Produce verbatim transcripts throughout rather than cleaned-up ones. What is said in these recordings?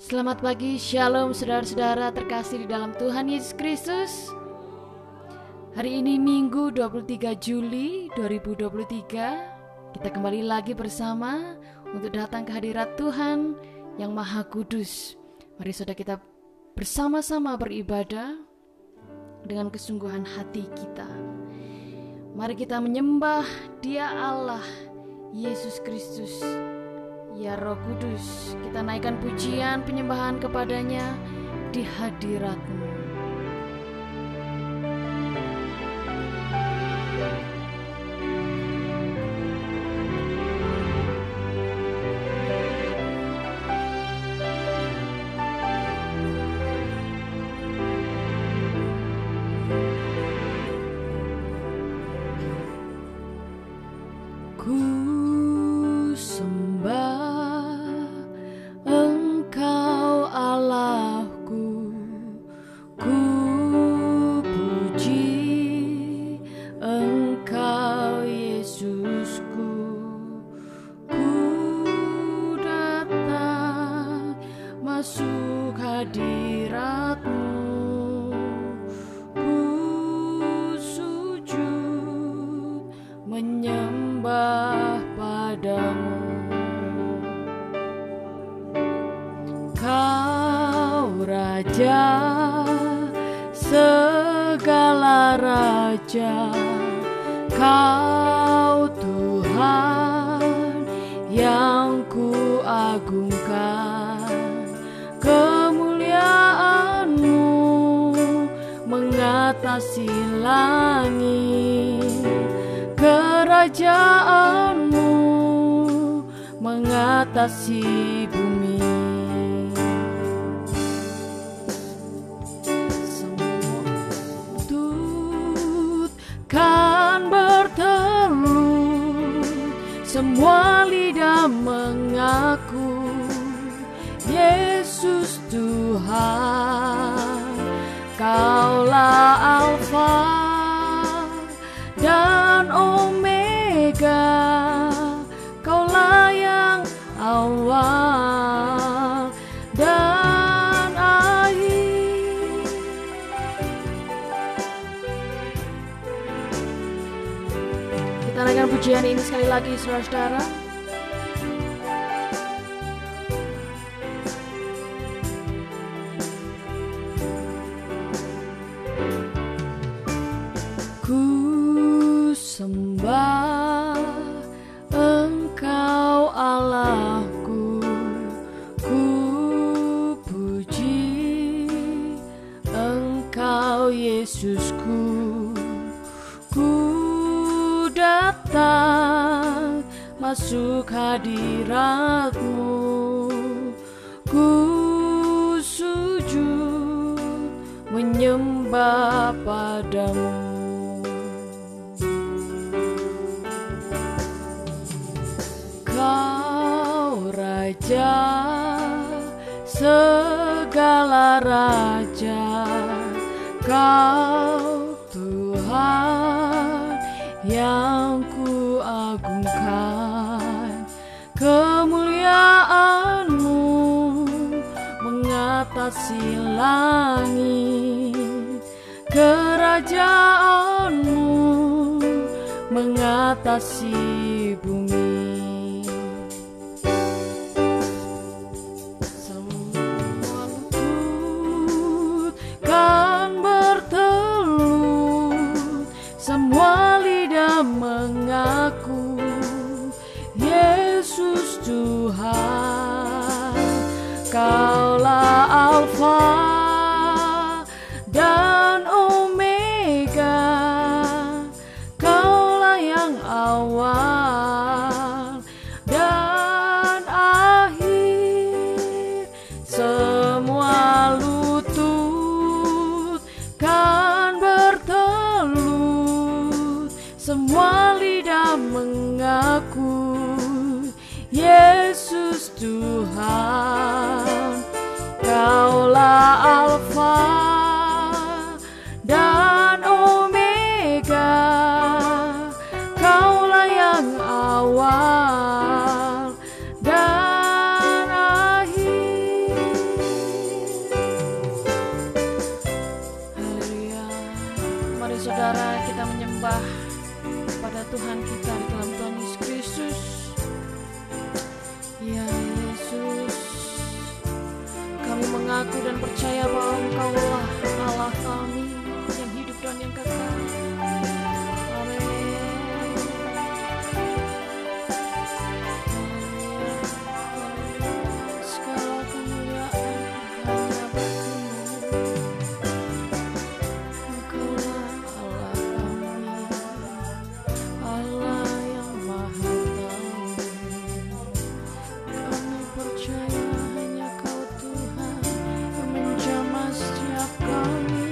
Selamat pagi, shalom saudara-saudara terkasih di dalam Tuhan Yesus Kristus. Hari ini Minggu dua puluh tiga Juli dua ribu dua puluh tiga. Kita kembali lagi bersama untuk datang ke hadirat Tuhan yang Maha Kudus. Mari saudara kita bersama-sama beribadah dengan kesungguhan hati kita. Mari kita menyembah Dia Allah, Yesus Kristus. Ya Roh Kudus, kita naikkan pujian penyembahan kepadanya di hadirat-Mu. Segala raja, Kau Tuhan yang kuagungkan. Kemuliaan-Mu mengatasi langit, kerajaan-Mu mengatasi bumi. Kan bertelut, semua lidah mengaku Yesus Tuhan. Kaulah Alfa dan Omega, Kaulah yang awal dan akhir. Kita naikkan pujian ini sekali lagi, saudara-saudara. Ku sembah Engkau Allahku, ku puji Engkau Yesusku. Ku datang masuk hadirat-Mu, ku sujud menyembah padamu. Kau Raja, segala raja, Kau Tuhan yang kuagungkan. Kemuliaan-Mu mengatasi langit, kerajaan-Mu mengatasi bumi. Semua lutut kan bertelut, semua lidah mengaku Yesus Tuhan. Kaulah Alfa dan Omega, Kaulah yang awal dan akhir. Semua lutut kan bertelut, semua lidah mengaku Yesus Tuhan. Kaulah Alfa dan Omega, Kaulah yang awal dan akhir. mengaku dan percaya bahwa Engkaulah Allah kami yang hidup dan yang kekal. Amin. Segala kemuliaan hanya bagimu. Engkaulah Allah kami, Allah yang maha tahu. Kami percaya hanya Kau Tuhan yang menjamah setiap kami.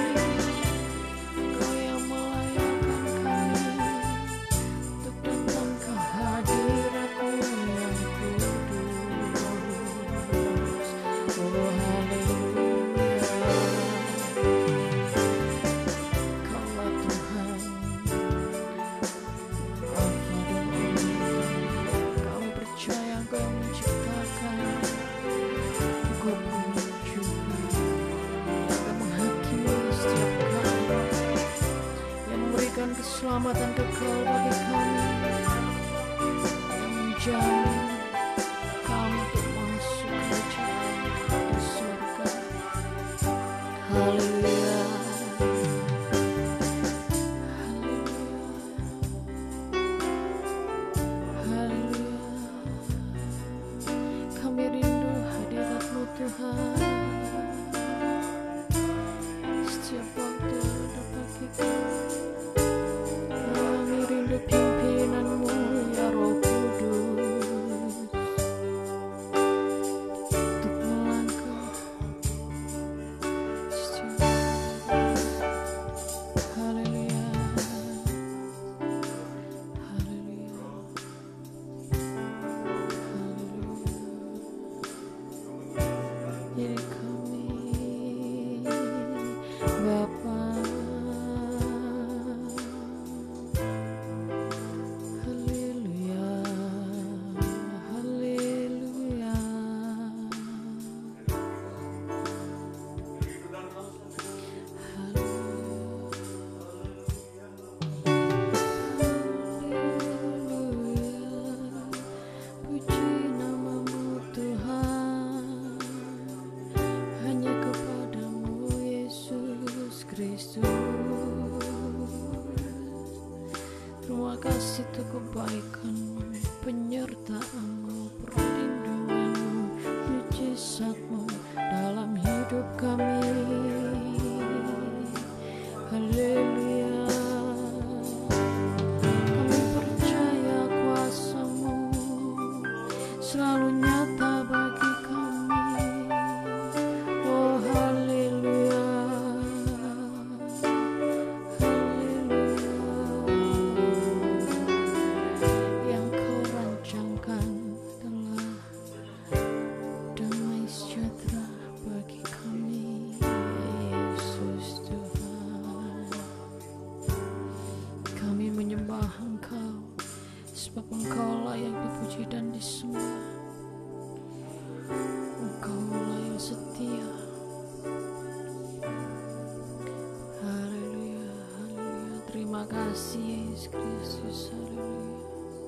Kau yang melayakan kami untuk datang ke hadirat-Mu yang kudus. Oh haleluya, Kaulah Tuhan Alfa dan Omega. Kami percaya Engkau yang menciptakan, Engkau pun juga yang menghakimi setiap kami, yang memberikan keselamatan kekal bagi kami, yang menjamin kami untuk masuk kerajaan di surga. Haleluya, haleluya. Kami rindu hadirat-Mu Tuhan. Setiap waktu ada bagi kami. Kami rindu pimpinan-Mu ya Roh Kudus, untuk melangkah setiap hari. Haleluya, haleluya, haleluya. Jadi kami Bapa, haleluya, haleluya. Haleluya, puji nama-Mu Tuhan, hanya kepada-Mu Yesus Kristus. Terima kasih untuk kebaikan-Mu, penyertaan-Mu, perlindungan-Mu, mujizat-Mu dalam hidup kami. Haleluya, kami percaya kuasa-Mu selalu nyata bagi kami. Oh haleluya, haleluya. Yang Kau rancangkan telah damai sejahtera bagi kami, Yesus Tuhan. Kami menyembah Engkau, sebab Engkau layak dipuji dan disembah. Engkaulah yang setia. Haleluya, haleluya. Terima kasih Yesus Kristus. Haleluya,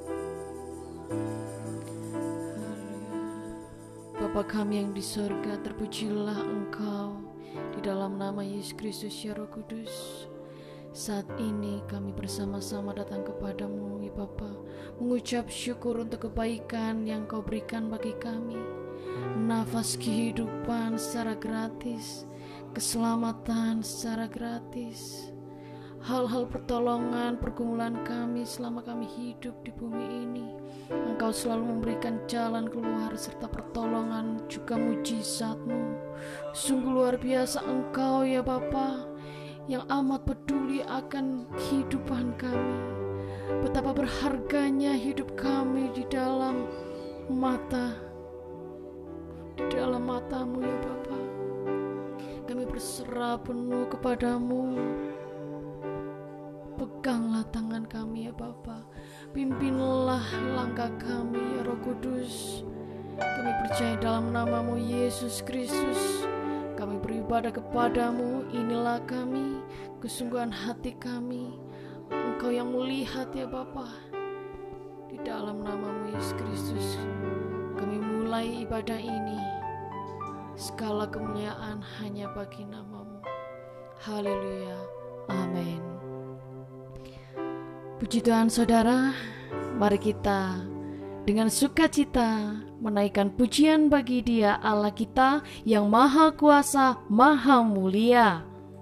haleluya. Bapa kami yang di surga, terpujilah Engkau di dalam nama Yesus Kristus ya Roh Kudus. Saat ini kami bersama-sama datang kepadamu ya Bapa, mengucap syukur untuk kebaikan yang Kau berikan bagi kami, nafas kehidupan secara gratis, keselamatan secara gratis, hal-hal pertolongan, pergumulan kami selama kami hidup di bumi ini. Engkau selalu memberikan jalan keluar serta pertolongan juga mujizat-Mu. Sungguh luar biasa Engkau ya Bapa, yang amat peduli akan kehidupan kami. Betapa berharganya hidup kami di dalam mata di dalam mata-Mu ya Bapa. Kami berserah penuh kepadamu. Peganglah tangan kami ya Bapa, pimpinlah langkah kami ya Roh Kudus. Kami percaya dalam nama-Mu Yesus Kristus, kami beribadah kepadamu. Inilah kami, kesungguhan hati kami. Engkau yang melihat ya Bapa. Di dalam nama-Mu Yesus Kristus, kami mulai ibadah ini. Segala kemuliaan hanya bagi nama-Mu. Haleluya. Amin. Puji Tuhan saudara, mari kita dengan sukacita menaikkan pujian bagi Dia Allah kita yang maha kuasa, maha mulia.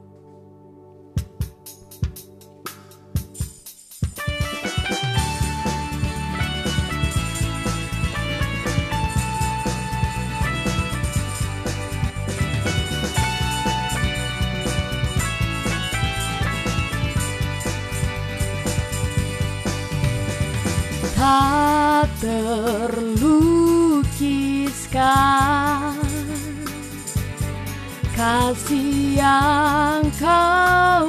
Tak terlukiskan kasih yang Kau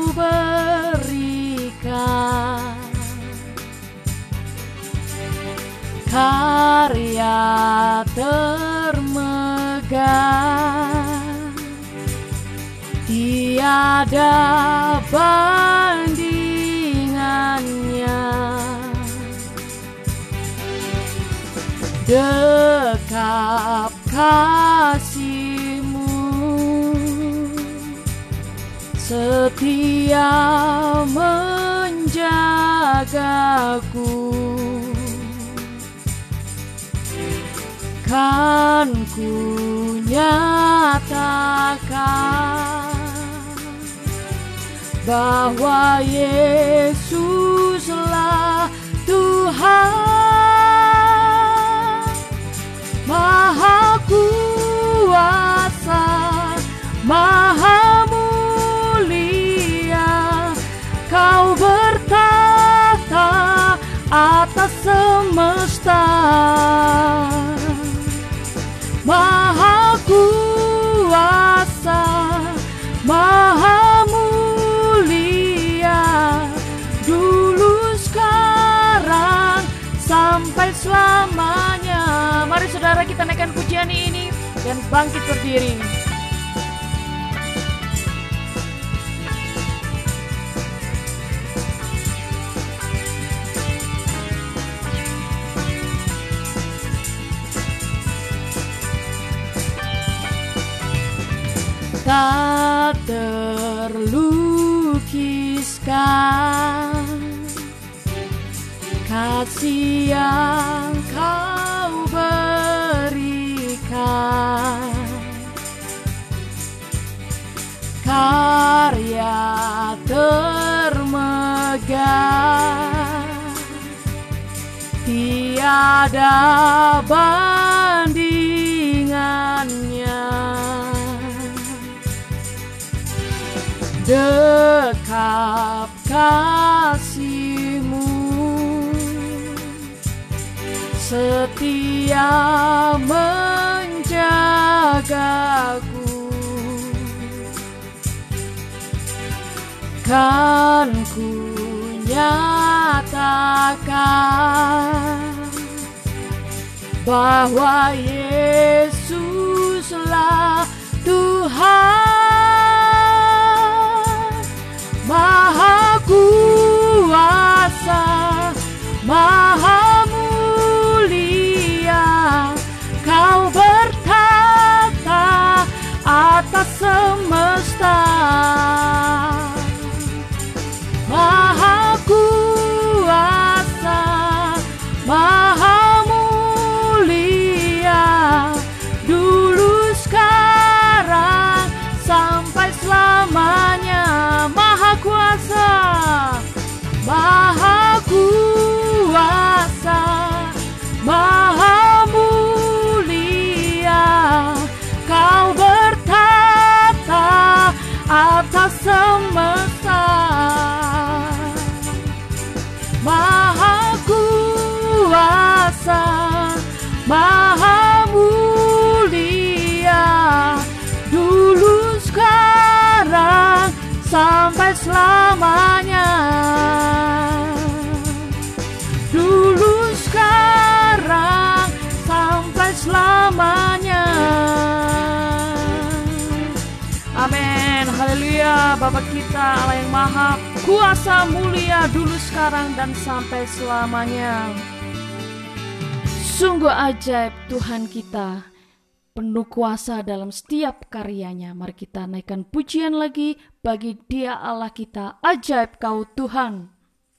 berikan, karya termegah, tiada bandingannya. Dekap kasih-Mu, setia menjagaku. Kan ku nyatakan bahwa Yesuslah Tuhan, Maha kuasa, maha mulia. Kau bertata atas semesta. Maha kuasa, maha mulia. Dulu, sekarang, sampai selamanya. Mari saudara kita naikkan pujian ini dan bangkit berdiri. Tak terlukiskan kasih yang Kau berikan, karya termegah, tiada bandingannya. Dekap kasih-Mu, setia menjagaku. Kan ku nyatakan bahwa Yesuslah Tuhan, Maha kuasa, maha mulia. Kau bertata atas semesta. Maha kuasa, maha mulia. Dulu, sekarang, sampai selamanya. Maha kuasa, maha kuasa, maha mulia. Kau bertata atas semesta. Maha kuasa, maha mulia. Dulu, sekarang, sampai selamanya. Dulu, sekarang, sampai selamanya. Amin. Haleluya. Bapa kita Allah yang maha kuasa, mulia, dulu, sekarang, dan sampai selamanya. Sungguh ajaib Tuhan kita. penuh kuasa dalam setiap karyanya. Mari kita naikkan pujian lagi bagi Dia Allah kita. Ajaib Kau Tuhan.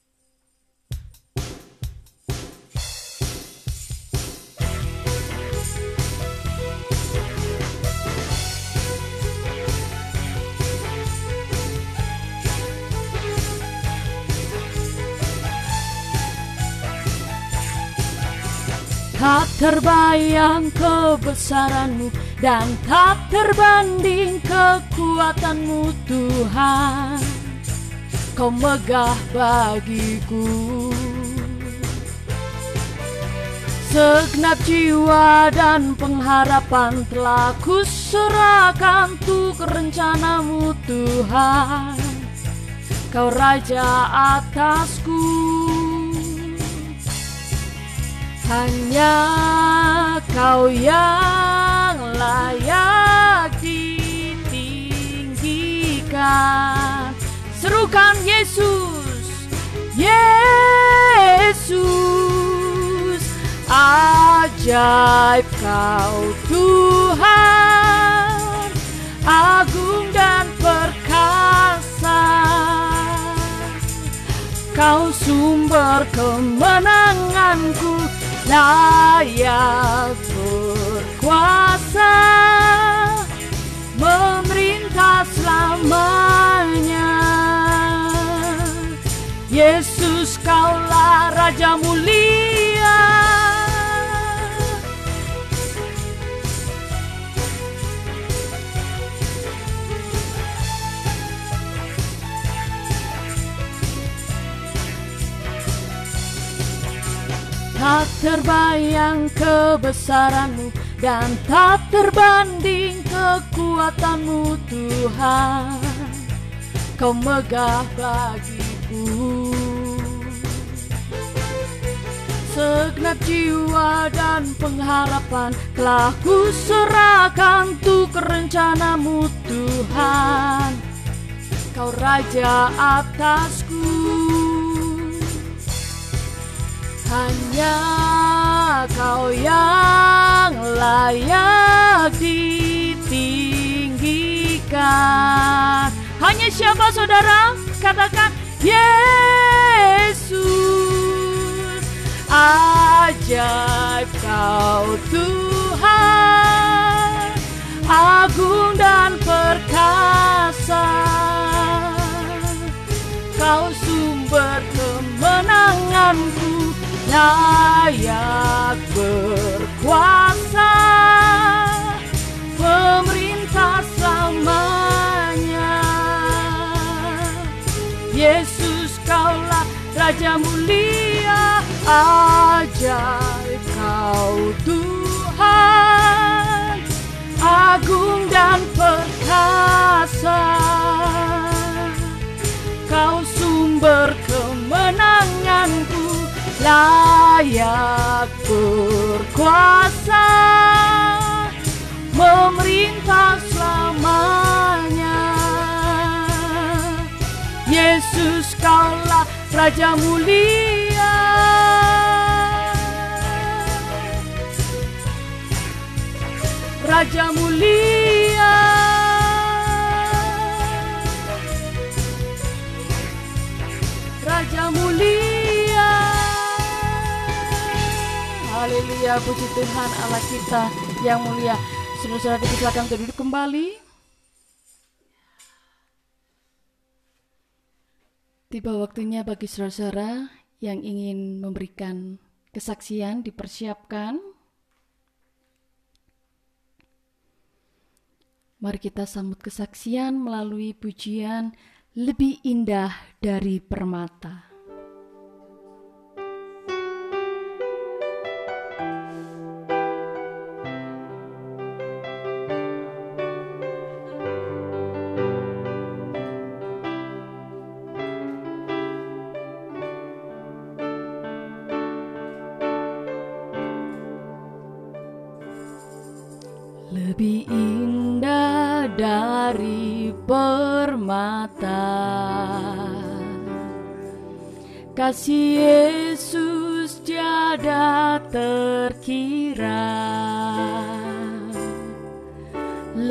Tak terbayang kebesaran-Mu dan tak terbanding kekuatan-Mu Tuhan. Kau megah bagiku. Segenap jiwa dan pengharapan telah kuserahkan untuk rencana-Mu Tuhan. Kau Raja atasku. Hanya Kau yang layak ditinggikan. Serukan Yesus, Yesus, ajaib Kau Tuhan, agung dan perkasa. Kau sumber kemenanganku, layak berkuasa, memerintah selamanya. Yesus, Kaulah Raja mulia. Tak terbayang kebesaran-Mu dan tak terbanding kekuatan-Mu Tuhan. Kau megah bagiku. Segenap jiwa dan pengharapan telah kuserahkan untuk rencana-Mu Tuhan. Kau Raja atasku. Hanya Kau yang layak ditinggikan. Hanya siapa saudara? Katakan Yesus, ajaib Kau Tuhan, agung dan perkasa. Kau sumber kemenanganku, layak berkuasa, pemerintah selamanya. Yesus, Kaulah Raja mulia, ajaib Kau Tuhan, agung dan perkasa. Kau sumber kemenanganku, layak berkuasa, memerintah selamanya. Yesus, Kaulah Raja mulia. Raja mulia. Raja mulia. Haleluya, puji Tuhan Allah kita yang mulia. Saudara-saudara, silakan duduk kembali. Tiba waktunya bagi saudara-saudara yang ingin memberikan kesaksian dipersiapkan. Mari kita sambut kesaksian melalui pujian Lebih Indah dari Permata. Lebih indah dari permata, kasih Yesus tiada terkira.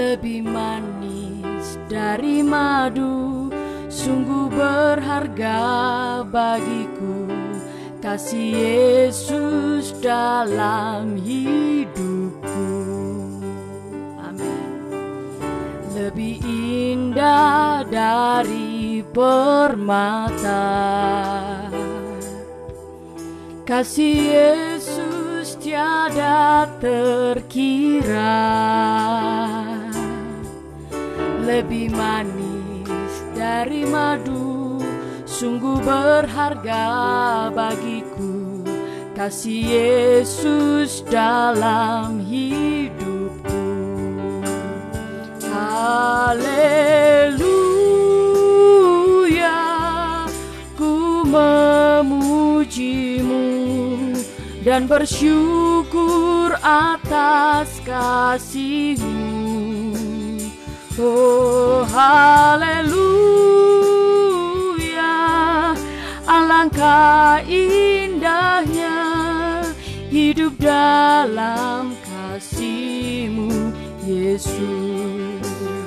lebih manis dari madu, sungguh berharga bagiku kasih Yesus dalam hidupku. Amin. Lebih indah dari permata, kasih Yesus tiada terkira. Lebih manis dari madu, sungguh berharga bagiku kasih Yesus dalam hidupku. Haleluya, ku memujimu dan bersyukur atas kasih-Mu. Oh haleluya, alangkah indahnya hidup dalam kasih-Mu Yesus.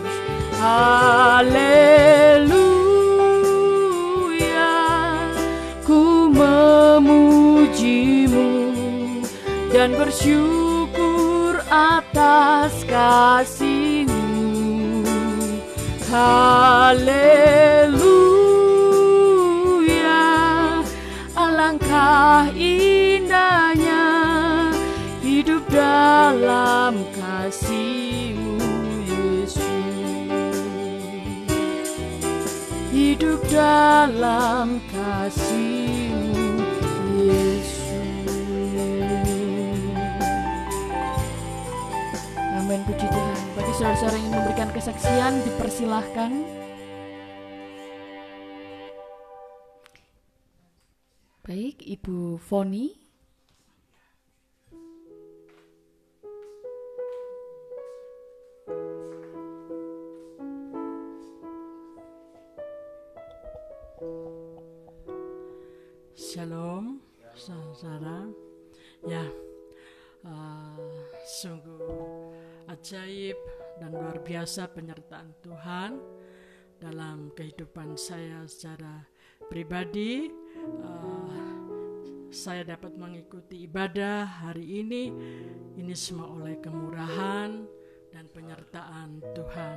Haleluya, ku memujimu dan bersyukur atas kasih-Mu. Haleluya, alangkah indahnya hidup dalam kasih-Mu Yesus. Hidup dalam kasih-Mu Yesus. Amin, puji Tuhan. Bagi saudara-saudara yang ingin memberikan kesaksian, dipersilahkan. Baik, Ibu Foni. Shalom, saudara. Ya, uh, sungguh ajaib dan luar biasa penyertaan Tuhan dalam kehidupan saya secara pribadi. Uh, saya dapat mengikuti ibadah hari ini. Ini semua oleh kemurahan dan penyertaan Tuhan.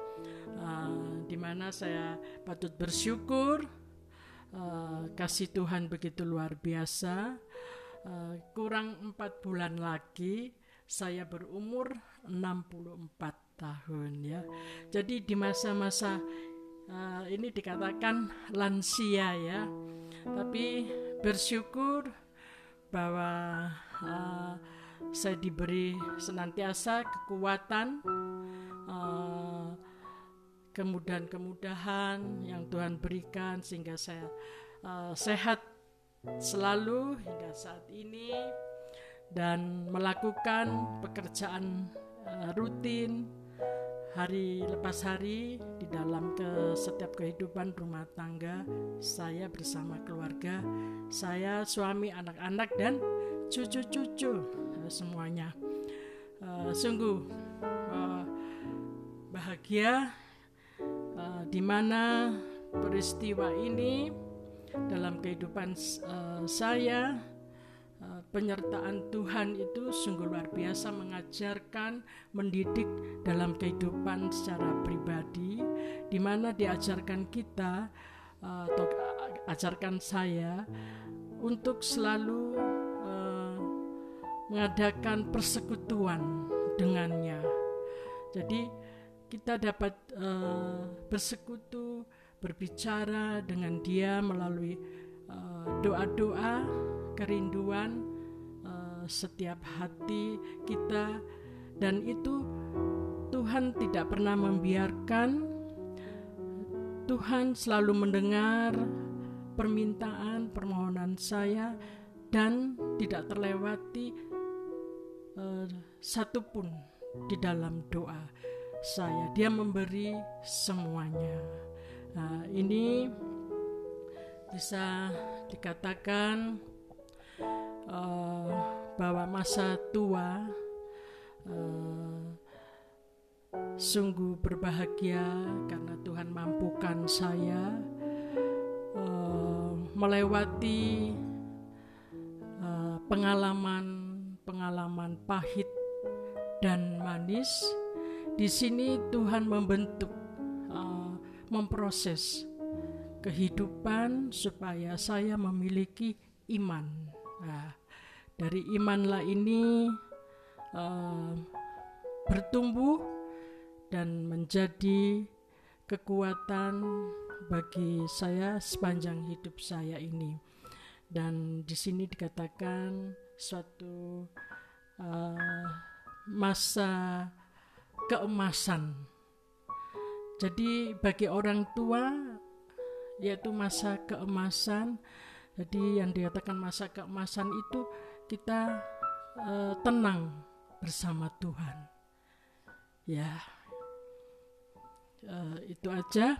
Uh, di mana saya patut bersyukur. Uh, kasih Tuhan begitu luar biasa. Uh, kurang empat bulan lagi saya berumur enam puluh empat tahun ya. Jadi di masa-masa uh, ini dikatakan lansia ya. Tapi bersyukur bahwa uh, saya diberi senantiasa kekuatan, uh, kemudahan-kemudahan yang Tuhan berikan sehingga saya uh, sehat selalu hingga saat ini dan melakukan pekerjaan uh, rutin hari lepas hari di dalam ke setiap kehidupan rumah tangga saya bersama keluarga saya, suami, anak-anak dan cucu-cucu uh, semuanya. Uh, sungguh uh, bahagia uh, di mana peristiwa ini dalam kehidupan uh, saya, uh, penyertaan Tuhan itu sungguh luar biasa, mengajarkan, mendidik dalam kehidupan secara pribadi, di mana diajarkan kita uh, atau uh, ajarkan saya untuk selalu uh, mengadakan persekutuan dengannya. Jadi kita dapat uh, bersekutu, berbicara dengan Dia melalui uh, doa-doa, kerinduan uh, setiap hati kita, dan itu Tuhan tidak pernah membiarkan. Tuhan selalu mendengar permintaan, permohonan saya dan tidak terlewati uh, satupun di dalam doa saya. Dia memberi semuanya. Nah, ini bisa dikatakan uh, bahwa masa tua uh, sungguh berbahagia karena Tuhan mampukan saya uh, melewati uh, pengalaman-pengalaman pahit dan manis. Di sini Tuhan membentuk, uh, memproses kehidupan supaya saya memiliki iman. Nah, dari imanlah ini uh, bertumbuh dan menjadi kekuatan bagi saya sepanjang hidup saya ini. Dan di sini dikatakan suatu uh, masa keemasan. Jadi bagi orang tua yaitu masa keemasan. Jadi yang dikatakan masa keemasan itu kita uh, tenang bersama Tuhan. Ya, uh, itu aja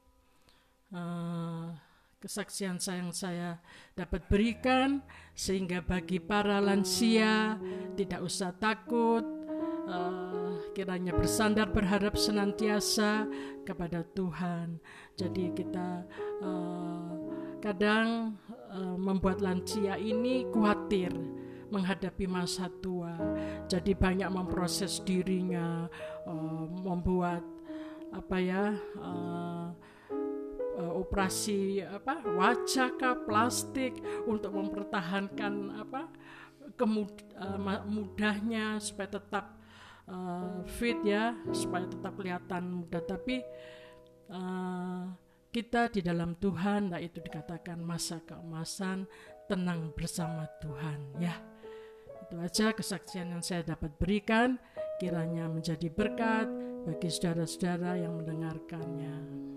uh, kesaksian saya yang saya dapat berikan, sehingga bagi para lansia tidak usah takut, uh, kiranya bersandar berharap senantiasa kepada Tuhan. Jadi kita uh, kadang uh, membuat lansia ini khawatir menghadapi masa tua, jadi banyak memproses dirinya, uh, membuat apa ya uh, uh, operasi apa wajah kah, plastik untuk mempertahankan apa kemud uh, mudahnya supaya tetap uh, fit ya, supaya tetap kelihatan muda. Tapi uh, kita di dalam Tuhan, nah itu dikatakan masa keemasan, tenang bersama Tuhan ya. Itu aja kesaksian yang saya dapat berikan, kiranya menjadi berkat bagi saudara-saudara yang mendengarkannya.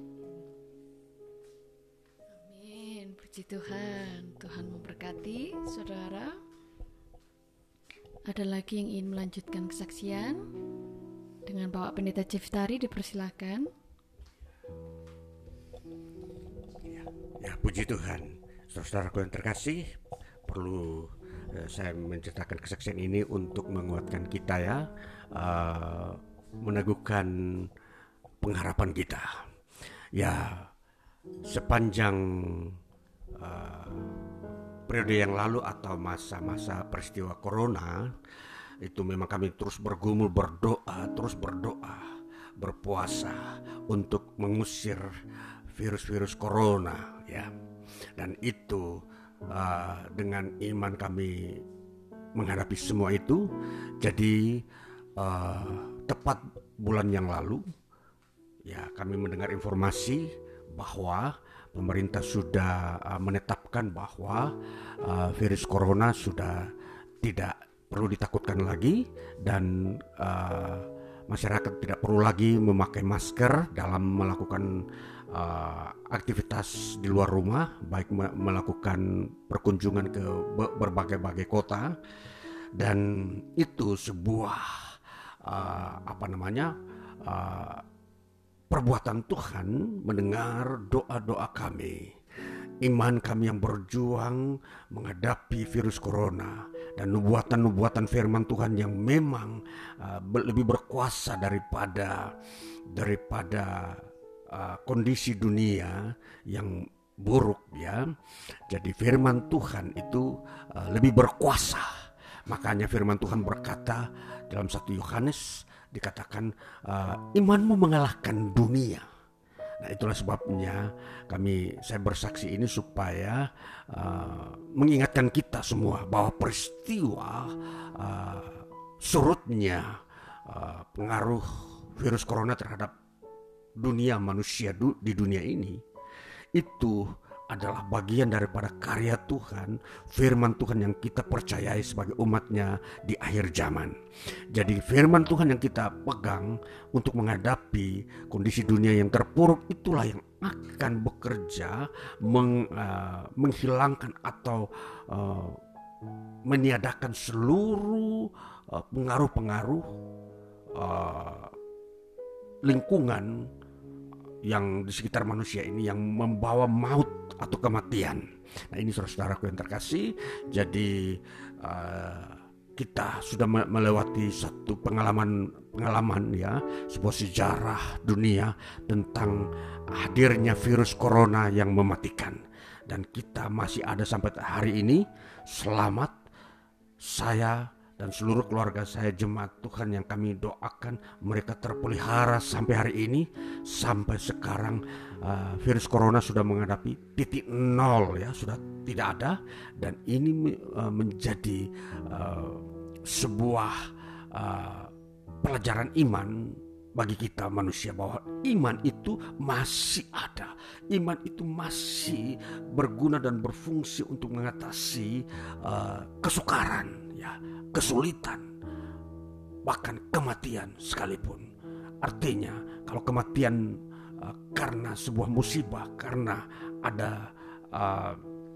Amin, puji Tuhan. Tuhan memberkati saudara. Ada lagi yang ingin melanjutkan kesaksian dengan Bapak Pendeta Ciftari, dipersilakan. Ya, ya puji Tuhan. Saudaraku yang terkasih, perlu uh, saya menceritakan kesaksian ini untuk menguatkan kita ya, uh, meneguhkan pengharapan kita. Ya, sepanjang uh, periode yang lalu atau masa-masa peristiwa corona itu memang kami terus bergumul, berdoa, terus berdoa, berpuasa untuk mengusir virus-virus corona ya. Dan itu uh, dengan iman kami menghadapi semua itu. Jadi uh, tepat bulan yang lalu ya kami mendengar informasi bahwa pemerintah sudah uh, menetapkan bahwa uh, virus corona sudah tidak perlu ditakutkan lagi, dan uh, masyarakat tidak perlu lagi memakai masker dalam melakukan Uh, aktivitas di luar rumah, baik me- melakukan perkunjungan ke be- berbagai-bagai kota. Dan itu sebuah uh, apa namanya uh, perbuatan Tuhan mendengar doa-doa kami, iman kami yang berjuang menghadapi virus corona, dan nubuatan-nubuatan firman Tuhan yang memang uh, be- lebih berkuasa daripada daripada Uh, kondisi dunia yang buruk ya. Jadi firman Tuhan itu uh, lebih berkuasa. Makanya firman Tuhan berkata dalam satu Yohanes dikatakan uh, imanmu mengalahkan dunia. Nah itulah sebabnya kami saya bersaksi ini supaya uh, mengingatkan kita semua bahwa peristiwa uh, surutnya uh, pengaruh virus corona terhadap dunia manusia du, di dunia ini itu adalah bagian daripada karya Tuhan, firman Tuhan yang kita percayai sebagai umatnya di akhir zaman. Jadi firman Tuhan yang kita pegang untuk menghadapi kondisi dunia yang terpuruk itulah yang akan bekerja meng, uh, menghilangkan atau uh, meniadakan seluruh uh, pengaruh-pengaruh uh, lingkungan yang di sekitar manusia ini yang membawa maut atau kematian. Nah ini saudara-saudaraku yang terkasih, jadi uh, kita sudah melewati satu pengalaman pengalaman ya, sebuah sejarah dunia tentang hadirnya virus corona yang mematikan, dan kita masih ada sampai hari ini. Selamat, saya dan seluruh keluarga saya, jemaat Tuhan yang kami doakan, mereka terpelihara sampai hari ini. Sampai sekarang uh, virus corona sudah menghadapi titik nol ya, sudah tidak ada. Dan ini uh, menjadi uh, sebuah uh, pelajaran iman bagi kita manusia, bahwa iman itu masih ada, iman itu masih berguna dan berfungsi untuk mengatasi uh, kesukaran ya, kesulitan, bahkan kematian sekalipun. Artinya kalau kematian uh, karena sebuah musibah, karena ada uh,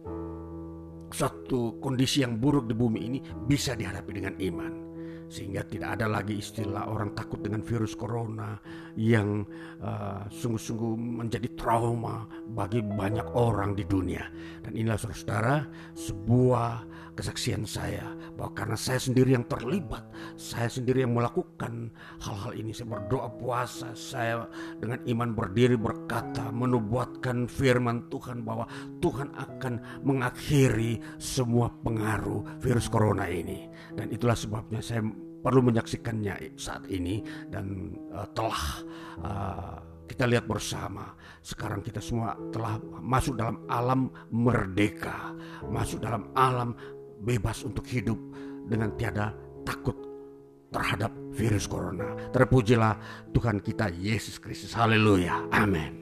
suatu kondisi yang buruk di bumi ini, bisa dihadapi dengan iman. Sehingga tidak ada lagi istilah orang takut dengan virus corona yang uh, sungguh-sungguh menjadi trauma bagi banyak orang di dunia. Dan inilah saudara-saudara sebuah kesaksian saya, bahwa karena saya sendiri yang terlibat, saya sendiri yang melakukan hal-hal ini. Saya berdoa puasa, saya dengan iman berdiri berkata, menubuatkan firman Tuhan bahwa Tuhan akan mengakhiri semua pengaruh virus corona ini. Dan itulah sebabnya saya perlu menyaksikannya saat ini. Dan uh, telah uh, kita lihat bersama, sekarang kita semua telah masuk dalam alam merdeka, masuk dalam alam bebas untuk hidup dengan tiada takut terhadap virus corona. Terpujilah Tuhan kita Yesus Kristus. Haleluya. Amin.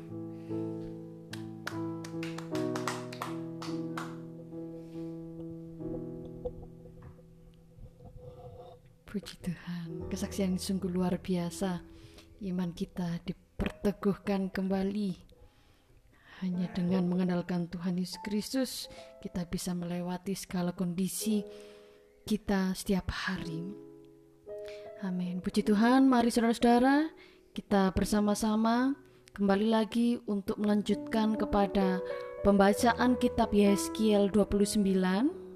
Puji Tuhan, kesaksian sungguh luar biasa. Iman kita diperteguhkan kembali. Hanya dengan mengandalkan Tuhan Yesus Kristus, kita bisa melewati segala kondisi kita setiap hari. Amin. Puji Tuhan, mari saudara-saudara, kita bersama-sama kembali lagi untuk melanjutkan kepada pembacaan kitab Yehezkiel dua puluh sembilan.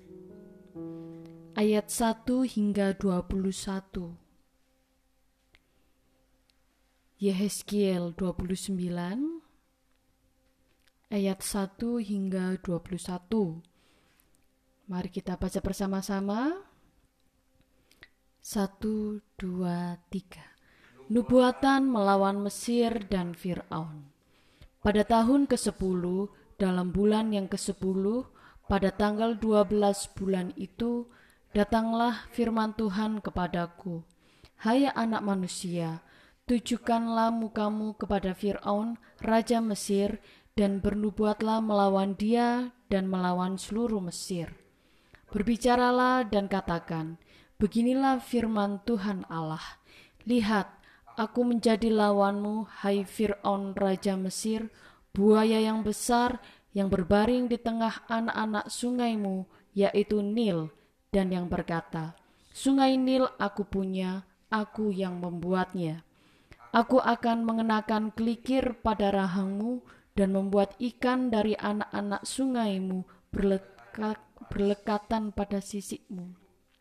Ayat satu hingga dua puluh satu. Yehezkiel dua puluh sembilan ayat satu hingga dua puluh satu. Mari kita baca bersama-sama. satu, dua, tiga. Nubuatan melawan Mesir dan Fir'aun. Pada tahun kesepuluh, dalam bulan yang kesepuluh, pada tanggal dua belas bulan itu, datanglah firman Tuhan kepadaku. Hai anak manusia, tujukanlah mukamu kepada Fir'aun, raja Mesir, dan bernubuatlah melawan dia dan melawan seluruh Mesir. Berbicaralah dan katakan, beginilah firman Tuhan Allah. Lihat, aku menjadi lawanmu, hai Fir'aun raja Mesir, buaya yang besar yang berbaring di tengah anak-anak sungaimu, yaitu Nil, dan yang berkata, sungai Nil aku punya, aku yang membuatnya. Aku akan mengenakan kelikir pada rahangmu dan membuat ikan dari anak-anak sungaimu berlekat, berlekatan pada sisikmu.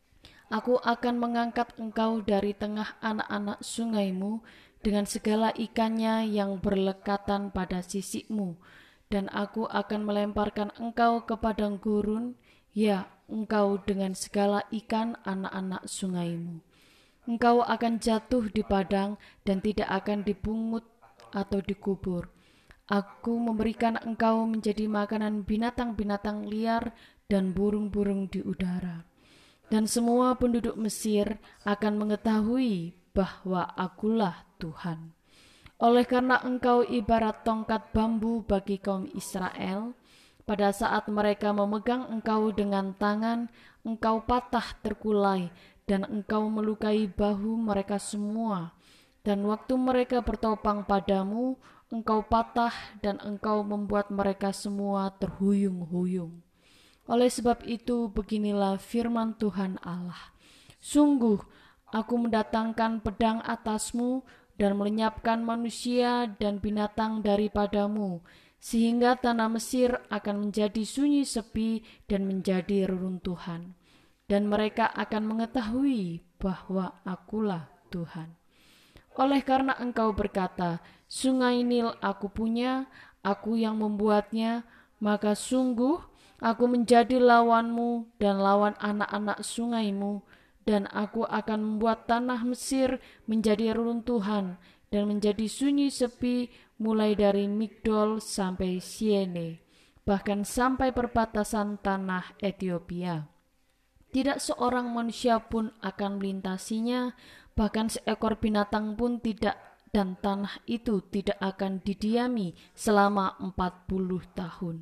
Aku akan mengangkat engkau dari tengah anak-anak sungaimu dengan segala ikannya yang berlekatan pada sisikmu, dan aku akan melemparkan engkau ke padang gurun, ya, engkau dengan segala ikan anak-anak sungaimu. Engkau akan jatuh di padang dan tidak akan dipungut atau dikubur. Aku memberikan engkau menjadi makanan binatang-binatang liar dan burung-burung di udara. Dan semua penduduk Mesir akan mengetahui bahwa akulah Tuhan. Oleh karena engkau ibarat tongkat bambu bagi kaum Israel, pada saat mereka memegang engkau dengan tangan, engkau patah terkulai dan engkau melukai bahu mereka semua. Dan waktu mereka bertopang padamu, engkau patah dan engkau membuat mereka semua terhuyung-huyung. Oleh sebab itu, beginilah firman Tuhan Allah. Sungguh, aku mendatangkan pedang atasmu dan melenyapkan manusia dan binatang daripadamu, sehingga tanah Mesir akan menjadi sunyi sepi dan menjadi reruntuhan. dan mereka akan mengetahui bahwa Akulah Tuhan. Oleh karena engkau berkata, sungai Nil aku punya, aku yang membuatnya, maka sungguh aku menjadi lawanmu dan lawan anak-anak sungaimu, dan aku akan membuat tanah Mesir menjadi reruntuhan dan menjadi sunyi sepi mulai dari Migdol sampai Siene, bahkan sampai perbatasan tanah Ethiopia. Tidak seorang manusia pun akan melintasinya, bahkan seekor binatang pun tidak, dan tanah itu tidak akan didiami selama empat puluh tahun.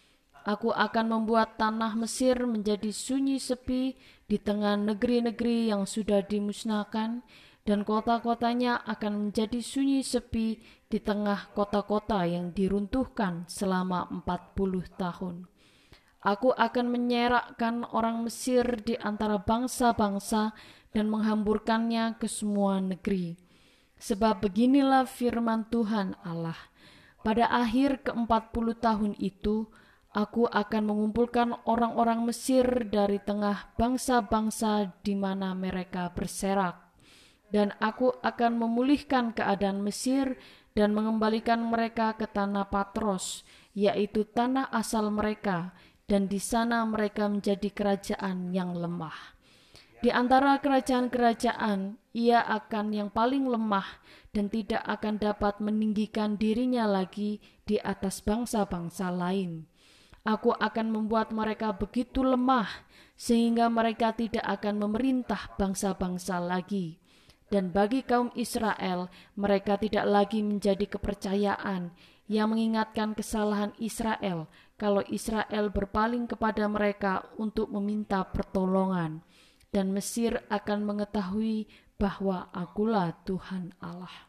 Aku akan membuat tanah Mesir menjadi sunyi sepi di tengah negeri-negeri yang sudah dimusnahkan, dan kota-kotanya akan menjadi sunyi sepi di tengah kota-kota yang diruntuhkan selama empat puluh tahun. Aku akan menyerakkan orang Mesir di antara bangsa-bangsa dan menghamburkannya ke semua negeri. Sebab beginilah firman Tuhan Allah, pada akhir keempat puluh tahun itu, aku akan mengumpulkan orang-orang Mesir dari tengah bangsa-bangsa di mana mereka berserak. Dan aku akan memulihkan keadaan Mesir dan mengembalikan mereka ke tanah Patros, yaitu tanah asal mereka, dan di sana mereka menjadi kerajaan yang lemah. Di antara kerajaan-kerajaan, ia akan yang paling lemah dan tidak akan dapat meninggikan dirinya lagi di atas bangsa-bangsa lain. Aku akan membuat mereka begitu lemah sehingga mereka tidak akan memerintah bangsa-bangsa lagi. Dan bagi kaum Israel, mereka tidak lagi menjadi kepercayaan yang mengingatkan kesalahan Israel kalau Israel berpaling kepada mereka untuk meminta pertolongan. Dan Mesir akan mengetahui bahwa Akulah Tuhan Allah.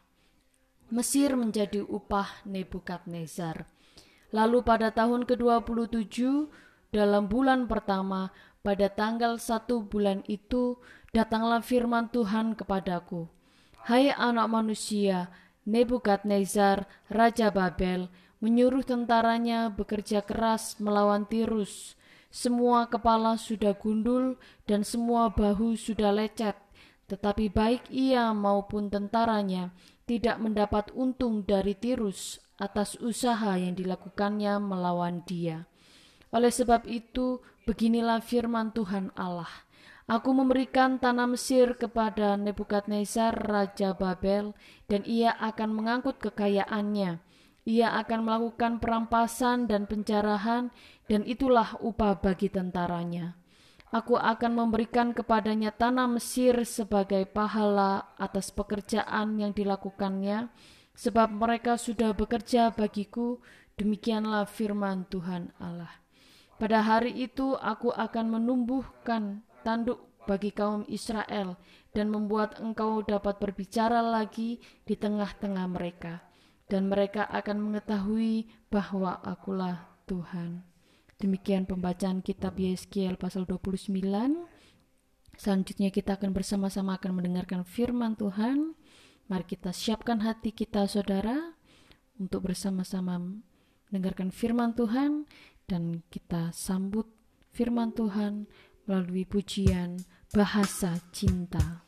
Mesir menjadi upah Nebukadnezar. Lalu pada tahun ke dua puluh tujuh, dalam bulan pertama, pada tanggal satu bulan itu, datanglah firman Tuhan kepadaku. Hai anak manusia, Nebukadnezar, Raja Babel, menyuruh tentaranya bekerja keras melawan Tirus. Semua kepala sudah gundul dan semua bahu sudah lecet, tetapi baik ia maupun tentaranya tidak mendapat untung dari Tirus atas usaha yang dilakukannya melawan dia. Oleh sebab itu, beginilah firman Tuhan Allah. Aku memberikan tanah Mesir kepada Nebukadnezar Raja Babel, dan ia akan mengangkut kekayaannya. Ia akan melakukan perampasan dan penjarahan, dan itulah upah bagi tentaranya. Aku akan memberikan kepadanya tanah Mesir sebagai pahala atas pekerjaan yang dilakukannya, sebab mereka sudah bekerja bagiku, demikianlah firman Tuhan Allah. Pada hari itu aku akan menumbuhkan tanduk bagi kaum Israel, dan membuat engkau dapat berbicara lagi di tengah-tengah mereka. Dan mereka akan mengetahui bahwa Akulah Tuhan. Demikian pembacaan kitab Yeskiel pasal dua puluh sembilan. Selanjutnya kita akan bersama-sama akan mendengarkan firman Tuhan. Mari kita siapkan hati kita saudara untuk bersama-sama mendengarkan firman Tuhan, dan kita sambut firman Tuhan melalui pujian Bahasa Cinta.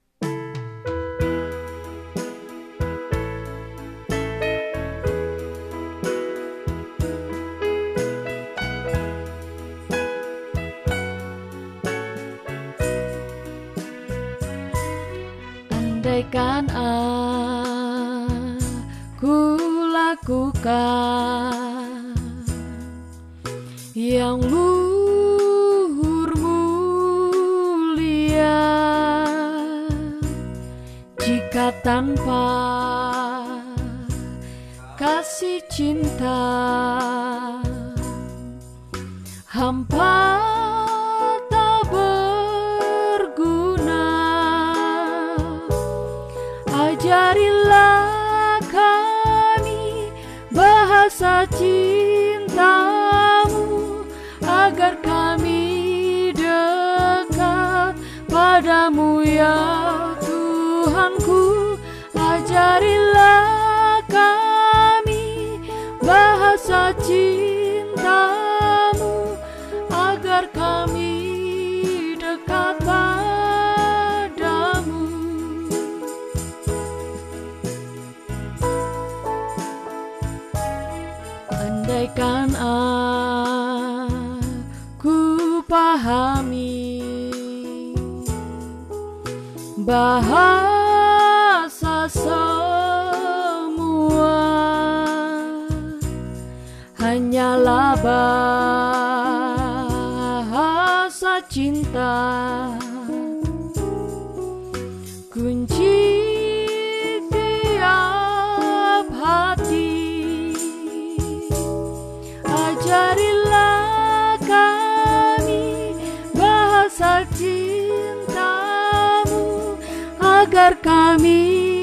Andaikan aku lakukan yang luhur mulia, jika tanpa kasih cinta hampa tak berguna. Ajarilah kami bahasa cintamu, agar kami dekat padamu ya Tuhanku. Ajarilah kami bahasa cintamu, agar kami dekat Andaikan aku pahami bahasa semua hanyalah bahasa cinta, kunci tiap hati. Ajarilah kami bahasa cintamu, agar kami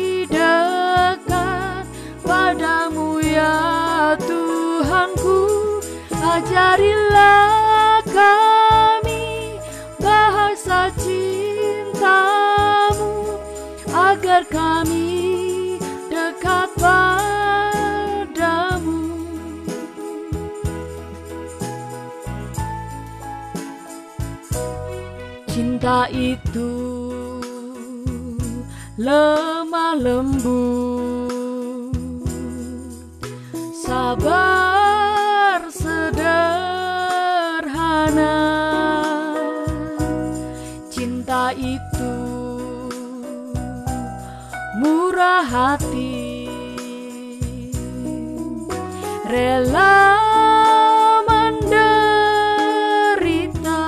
dekat padamu ya Tuhanku. Ajarilah kami bahasa cintamu, agar kami dekat padamu. Cinta itu lemah lembut, sabar sederhana. Cinta itu murah hati, rela menderita.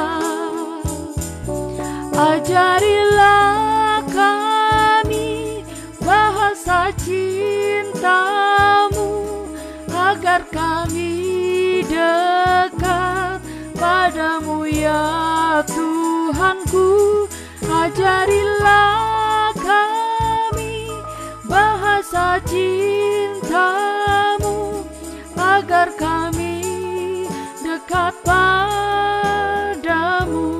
Ajarilah kami bahasa cintamu, agar kami dekat padamu ya Tuhanku. Ajarilah kami bahasa cintamu, agar kami dekat padamu.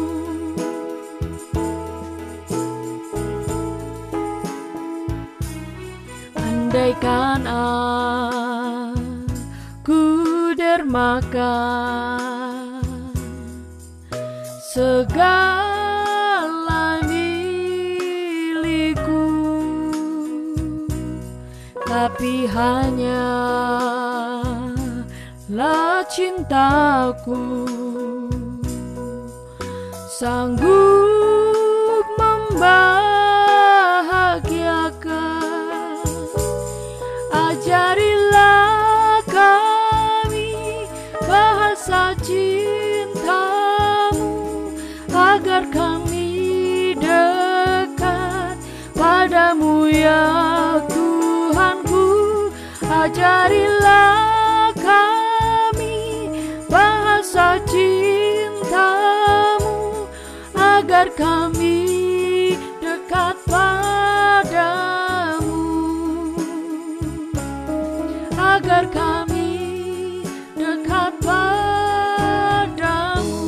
Andaikan aku dermakan segala milikku, tapi hanyalah cintaku sanggup membahagiakan. Ajarilah kami bahasa cintamu, agar kami dekat padamu ya Tuhanku. Ajarilah kami bahasa cintamu, agar kami dekat padamu, agar kami dekat padamu.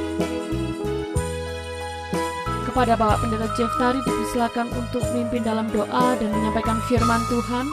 Kepada Bapak Pendeta Jeftari dipersilakan untuk memimpin dalam doa dan menyampaikan firman Tuhan.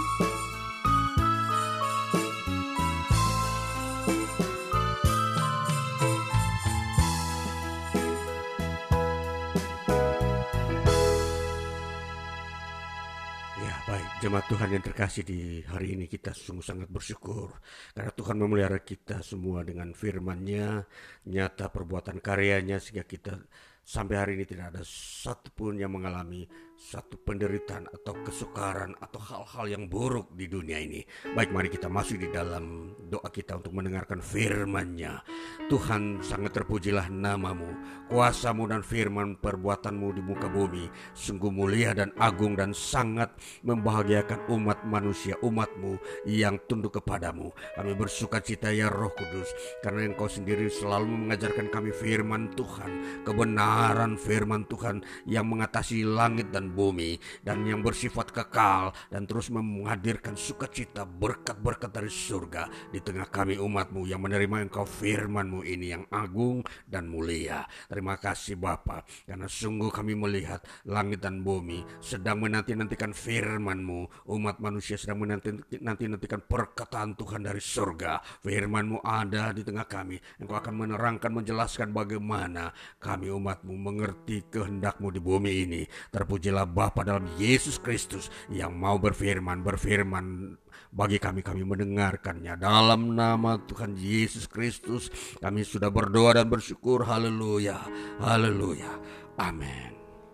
Jemaat Tuhan yang terkasih, di hari ini kita sungguh sangat bersyukur karena Tuhan memelihara kita semua dengan firman-Nya, nyata perbuatan karyanya, sehingga kita sampai hari ini tidak ada satupun yang mengalami satu penderitaan atau kesukaran atau hal-hal yang buruk di dunia ini. Baik, mari kita masuk di dalam doa kita untuk mendengarkan firman-Nya. Tuhan, sangat terpujilah namamu, kuasamu dan firman perbuatanmu di muka bumi sungguh mulia dan agung dan sangat membahagiakan umat manusia, umatmu yang tunduk kepadamu. Kami bersuka cita ya Roh Kudus, karena Engkau sendiri selalu mengajarkan kami firman Tuhan, kebenaran firman Tuhan yang mengatasi langit dan bumi dan yang bersifat kekal dan terus menghadirkan sukacita, berkat-berkat dari surga di tengah kami umatmu yang menerima Engkau firman-Mu ini yang agung dan mulia. Terima kasih Bapa, karena sungguh kami melihat langit dan bumi sedang menanti-nantikan firman-Mu, umat manusia sedang menanti-nantikan perkataan Tuhan dari surga. Firman-Mu ada di tengah kami, Engkau akan menerangkan, menjelaskan bagaimana kami umat-Mu mengerti kehendak-Mu di bumi ini. Terpujilah adalah Bapa dalam Yesus Kristus yang mau berfirman, berfirman bagi kami, kami mendengarkannya. Dalam nama Tuhan Yesus Kristus kami sudah berdoa dan bersyukur. Haleluya, haleluya, amin.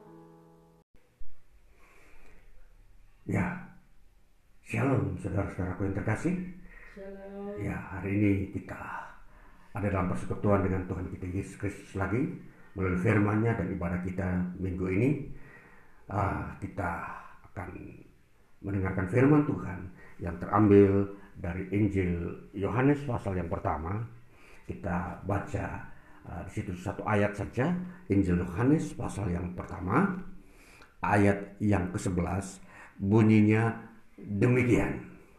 Ya, shalom saudara-saudaraku yang terkasih. Shalom. Ya, hari ini kita ada dalam persekutuan dengan Tuhan kita Yesus Kristus lagi melalui firman-Nya dan ibadah kita minggu ini. Uh, kita akan mendengarkan firman Tuhan yang terambil dari Injil Yohanes pasal yang pertama. Kita baca uh, di situ satu ayat saja, Injil Yohanes pasal yang pertama, ayat yang kesebelas, bunyinya demikian.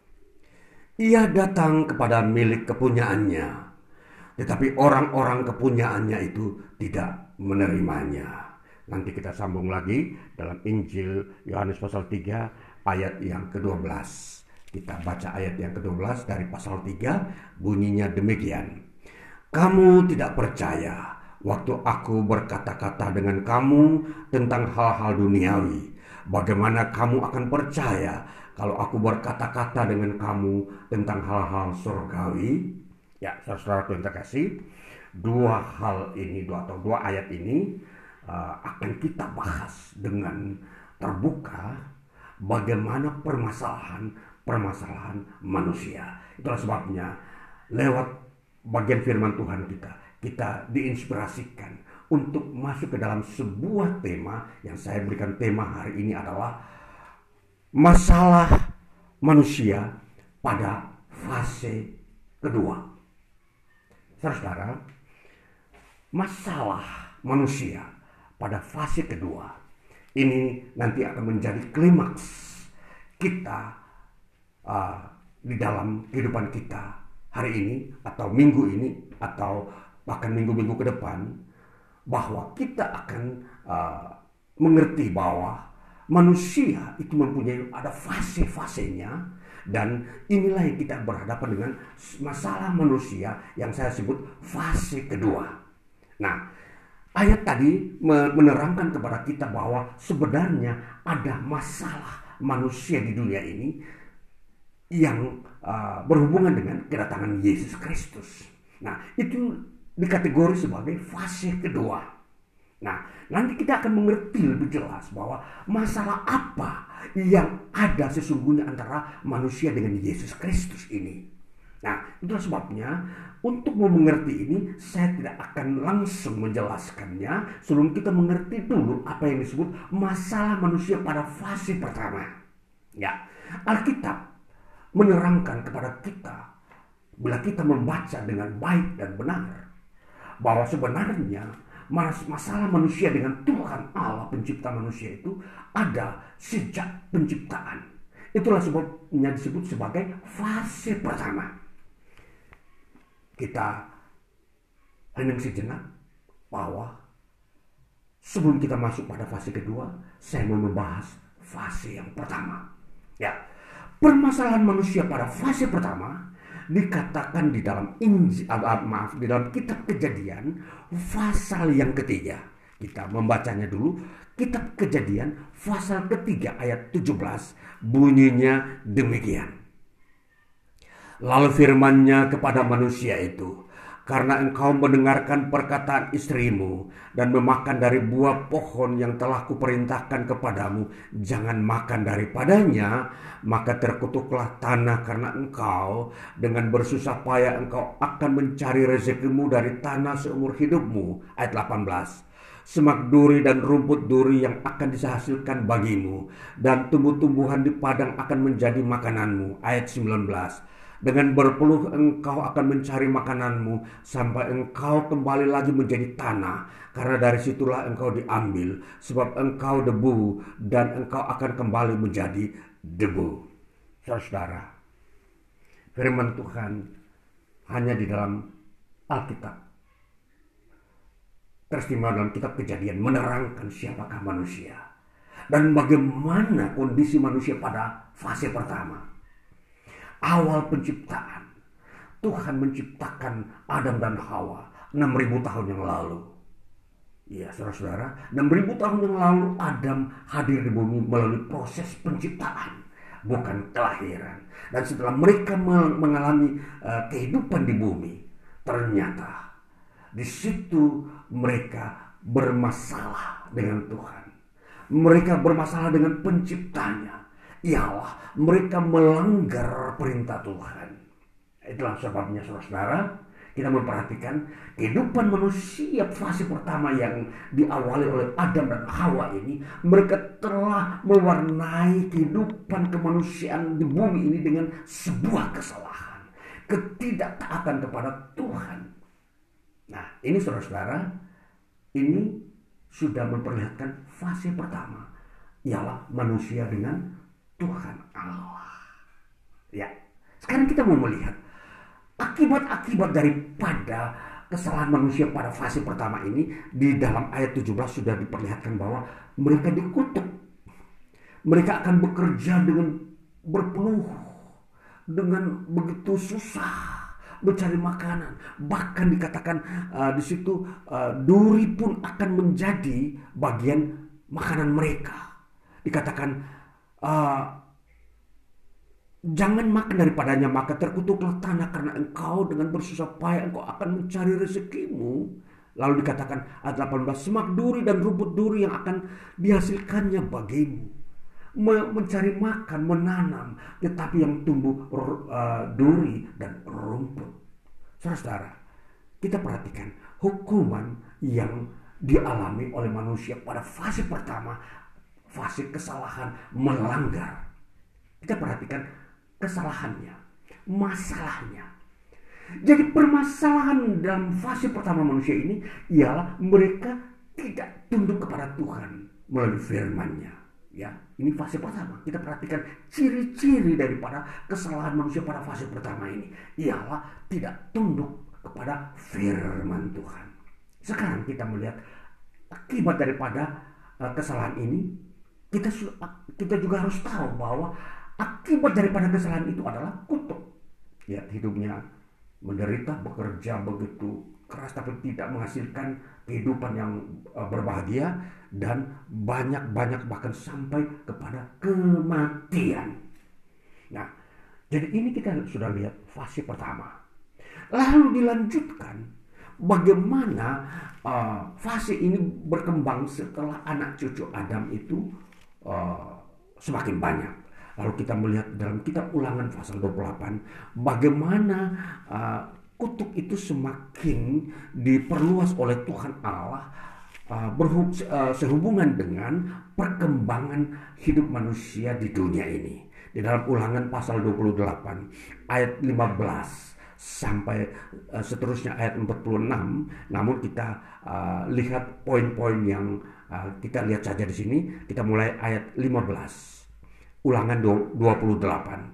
Ia datang kepada milik kepunyaannya, tetapi orang-orang kepunyaannya itu tidak menerimanya. Nanti kita sambung lagi dalam Injil Yohanes pasal tiga ayat yang kedua belas. Kita baca ayat yang kedua belas dari pasal tiga, bunyinya demikian. Kamu tidak percaya waktu aku berkata-kata dengan kamu tentang hal-hal duniawi. Bagaimana kamu akan percaya kalau aku berkata-kata dengan kamu tentang hal-hal surgawi? Ya, saudara-saudara yang terkasih, dua hal ini, dua atau dua ayat ini uh, akan kita bahas dengan terbuka bagaimana permasalahan-permasalahan manusia. Itulah sebabnya lewat bagian firman Tuhan kita, kita diinspirasikan untuk masuk ke dalam sebuah tema yang saya berikan. Tema hari ini adalah masalah manusia pada fase kedua. Saudara, masalah manusia pada fase kedua ini nanti akan menjadi klimaks kita uh, di dalam kehidupan kita hari ini atau minggu ini atau bahkan minggu-minggu ke depan, bahwa kita akan uh, mengerti bahwa manusia itu mempunyai ada fase-fasenya. Dan inilah yang kita berhadapan dengan masalah manusia yang saya sebut fase kedua. Nah, ayat tadi menerangkan kepada kita bahwa sebenarnya ada masalah manusia di dunia ini yang uh, berhubungan dengan kedatangan Yesus Kristus. Nah, itu dikategori sebagai fase kedua. Nah, nanti kita akan mengerti lebih jelas bahwa masalah apa yang ada sesungguhnya antara manusia dengan Yesus Kristus ini. Nah, itulah sebabnya untuk mau mengerti ini saya tidak akan langsung menjelaskannya sebelum kita mengerti dulu apa yang disebut masalah manusia pada fase pertama. Ya, Alkitab menerangkan kepada kita bila kita membaca dengan baik dan benar bahwa sebenarnya masalah manusia dengan Tuhan Allah pencipta manusia itu ada sejak penciptaan. Itulah sebabnya disebut sebagai fase pertama. Kita hening sejenak bahwa sebelum kita masuk pada fase kedua, saya mau membahas fase yang pertama. Ya, permasalahan manusia pada fase pertama dikatakan di dalam Injil, uh, maaf, di dalam kitab Kejadian pasal yang ketiga. Kita membacanya dulu. Kitab Kejadian pasal ketiga ayat tujuh belas bunyinya demikian. Lalu firman-Nya kepada manusia itu, karena engkau mendengarkan perkataan istrimu dan memakan dari buah pohon yang telah kuperintahkan kepadamu, jangan makan daripadanya, maka terkutuklah tanah karena engkau dengan bersusah payah engkau akan mencari rezekimu dari tanah seumur hidupmu. Ayat delapan belas. Semak duri dan rumput duri yang akan dihasilkan bagimu, dan tumbuh-tumbuhan di padang akan menjadi makananmu. Ayat sembilan belas. Dengan berpeluh engkau akan mencari makananmu sampai engkau kembali lagi menjadi tanah, karena dari situlah engkau diambil, sebab engkau debu dan engkau akan kembali menjadi debu. Saudara, firman Tuhan hanya di dalam Alkitab, teristimewa dalam kitab Kejadian, menerangkan siapakah manusia dan bagaimana kondisi manusia pada fase pertama. Awal penciptaan, Tuhan menciptakan Adam dan Hawa enam ribu tahun yang lalu. Ya saudara-saudara, enam ribu tahun yang lalu Adam hadir di bumi melalui proses penciptaan, bukan kelahiran. Dan setelah mereka mengalami uh, kehidupan di bumi, ternyata di situ mereka bermasalah dengan Tuhan. Mereka bermasalah dengan penciptanya. Ialah mereka melanggar perintah Tuhan. Itulah sebabnya saudara-saudara, kita memperhatikan kehidupan manusia fase pertama yang diawali oleh Adam dan Hawa ini. Mereka telah mewarnai kehidupan kemanusiaan di bumi ini dengan sebuah kesalahan, ketidaktaatan kepada Tuhan. Nah, ini saudara-saudara, ini sudah memperlihatkan fase pertama, ialah manusia dengan Tuhan Allah. Ya, sekarang kita mau melihat akibat-akibat daripada kesalahan manusia pada fase pertama ini. Di dalam ayat tujuh belas sudah diperlihatkan bahwa mereka dikutuk. Mereka akan bekerja dengan berpeluh, dengan begitu susah mencari makanan. Bahkan dikatakan uh, di situ uh, duri pun akan menjadi bagian makanan mereka. Dikatakan uh, jangan makan daripadanya, maka terkutuklah tanah karena engkau dengan bersusah payah engkau akan mencari rezekimu. Lalu dikatakan ayat delapan belas, semak duri dan rumput duri yang akan dihasilkannya bagimu. Mencari makan, menanam, tetapi yang tumbuh uh, duri dan rumput. Saudara-saudara, kita perhatikan hukuman yang dialami oleh manusia pada fase pertama, fase kesalahan, melanggar. Kita perhatikan kesalahannya, masalahnya. Jadi permasalahan dalam fase pertama manusia ini ialah mereka tidak tunduk kepada Tuhan melalui firman-Nya. Ya, ini fase pertama. Kita perhatikan ciri-ciri daripada kesalahan manusia pada fase pertama ini ialah tidak tunduk kepada firman Tuhan. Sekarang kita melihat akibat daripada uh, kesalahan ini. Kita kita juga harus tahu bahwa akibat daripada kesalahan itu adalah kutuk. Ya, hidupnya menderita, bekerja begitu keras tapi tidak menghasilkan kehidupan yang uh, berbahagia, dan banyak-banyak bahkan sampai kepada kematian. Nah, jadi ini kita sudah lihat fase pertama. Lalu dilanjutkan bagaimana uh, fase ini berkembang setelah anak cucu Adam itu uh, semakin banyak. Lalu kita melihat dalam kitab Ulangan pasal dua puluh delapan bagaimana uh, kutuk itu semakin diperluas oleh Tuhan Allah uh, berhub, uh, sehubungan dengan perkembangan hidup manusia di dunia ini. Di dalam Ulangan pasal dua puluh delapan ayat lima belas sampai uh, seterusnya ayat empat puluh enam. Namun kita uh, lihat poin-poin yang uh, kita lihat saja di sini. Kita mulai ayat lima belas. Ulangan dua puluh delapan.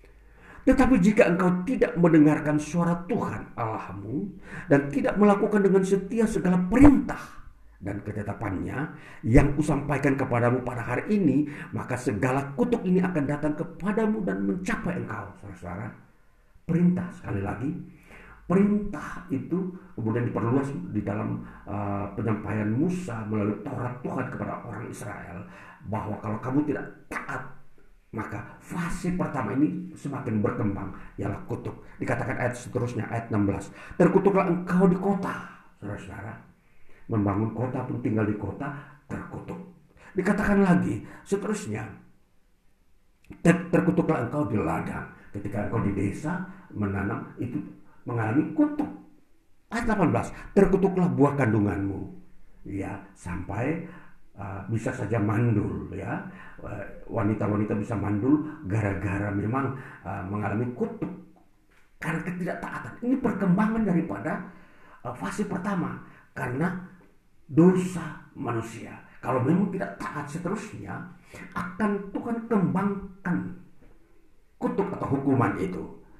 Tetapi jika engkau tidak mendengarkan suara Tuhan Allahmu dan tidak melakukan dengan setia segala perintah dan ketetapannya yang kusampaikan kepadamu pada hari ini, maka segala kutuk ini akan datang kepadamu dan mencapai engkau. Saudara-saudara, perintah, sekali lagi, perintah itu kemudian diperluas di dalam uh, penyampaian Musa melalui Taurat Tuhan kepada orang Israel, bahwa kalau kamu tidak taat, maka fase pertama ini semakin berkembang, ialah kutuk. Dikatakan ayat seterusnya, ayat enam belas. Terkutuklah engkau di kota. Saudara-saudara, membangun kota pun tinggal di kota terkutuk. Dikatakan lagi seterusnya, ter- terkutuklah engkau di ladang. Ketika engkau di desa menanam, itu mengalami kutuk. Ayat delapan belas. Terkutuklah buah kandunganmu. Ya, sampai Uh, bisa saja mandul, ya, uh, wanita-wanita bisa mandul gara-gara memang uh, mengalami kutuk karena ketidaktaatan. Ini perkembangan daripada uh, fase pertama karena dosa manusia. Kalau memang tidak taat, seterusnya akan Tuhan kembangkan kutuk atau hukuman itu.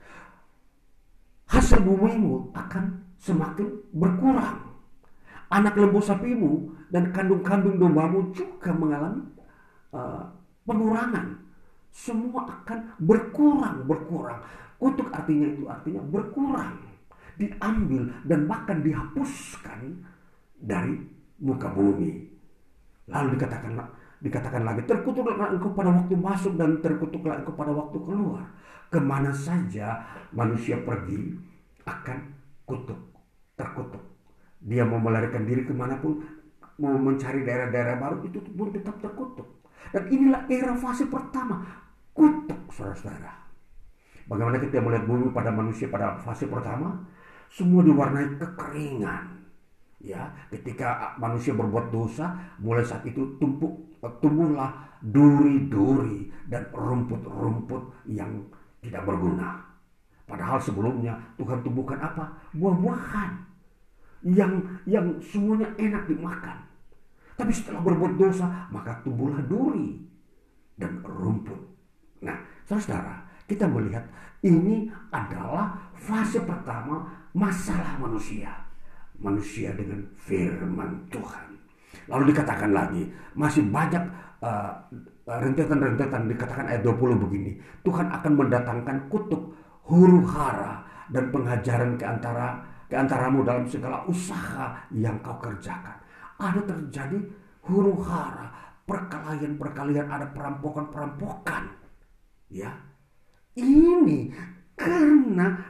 Hasil bumimu akan semakin berkurang. Anak lembu sapimu dan kandung-kandung dombamu juga mengalami uh, pengurangan. Semua akan berkurang, berkurang. Kutuk artinya itu artinya berkurang, diambil dan bahkan dihapuskan dari muka bumi. Lalu dikatakan dikatakan lagi, terkutuklah engkau pada waktu masuk dan terkutuklah engkau pada waktu keluar. Kemana saja manusia pergi akan kutuk, terkutuk. Dia mau melarikan diri kemanapun, mau mencari daerah-daerah baru, itu pun tetap terkutuk. Dan inilah era fase pertama, kutuk, saudara-saudara. Bagaimana kita melihat bumi pada manusia pada fase pertama, semua diwarnai kekeringan. Ya, ketika manusia berbuat dosa, mulai saat itu tumpuk, tumbuhlah duri-duri dan rumput-rumput yang tidak berguna. Padahal sebelumnya Tuhan tumbuhkan apa? Buah-buahan yang yang semuanya enak dimakan. Tapi setelah berbuat dosa, maka tumbuhlah duri dan rumput. Nah, saudara, kita melihat ini adalah fase pertama masalah manusia. Manusia dengan firman Tuhan. Lalu dikatakan lagi, masih banyak uh, rentetan-rentetan, dikatakan ayat dua puluh begini. Tuhan akan mendatangkan kutuk, huru hara, dan pengajaran ke antara ke antaramu dalam segala usaha yang kau kerjakan. Ada terjadi huru hara, perkelahian-perkelahian, ada perampokan-perampokan. Ya, ini karena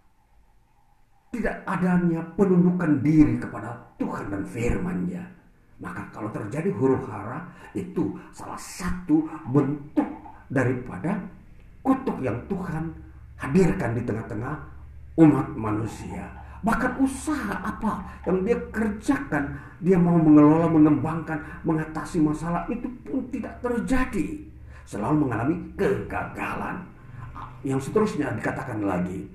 tidak adanya penundukan diri kepada Tuhan dan firman-Nya. Maka kalau terjadi huru hara, itu salah satu bentuk daripada kutuk yang Tuhan hadirkan di tengah-tengah umat manusia. Bahkan usaha apa yang dia kerjakan, dia mau mengelola, mengembangkan, mengatasi masalah, itu pun tidak terjadi. Selalu mengalami kegagalan. Yang seterusnya dikatakan lagi,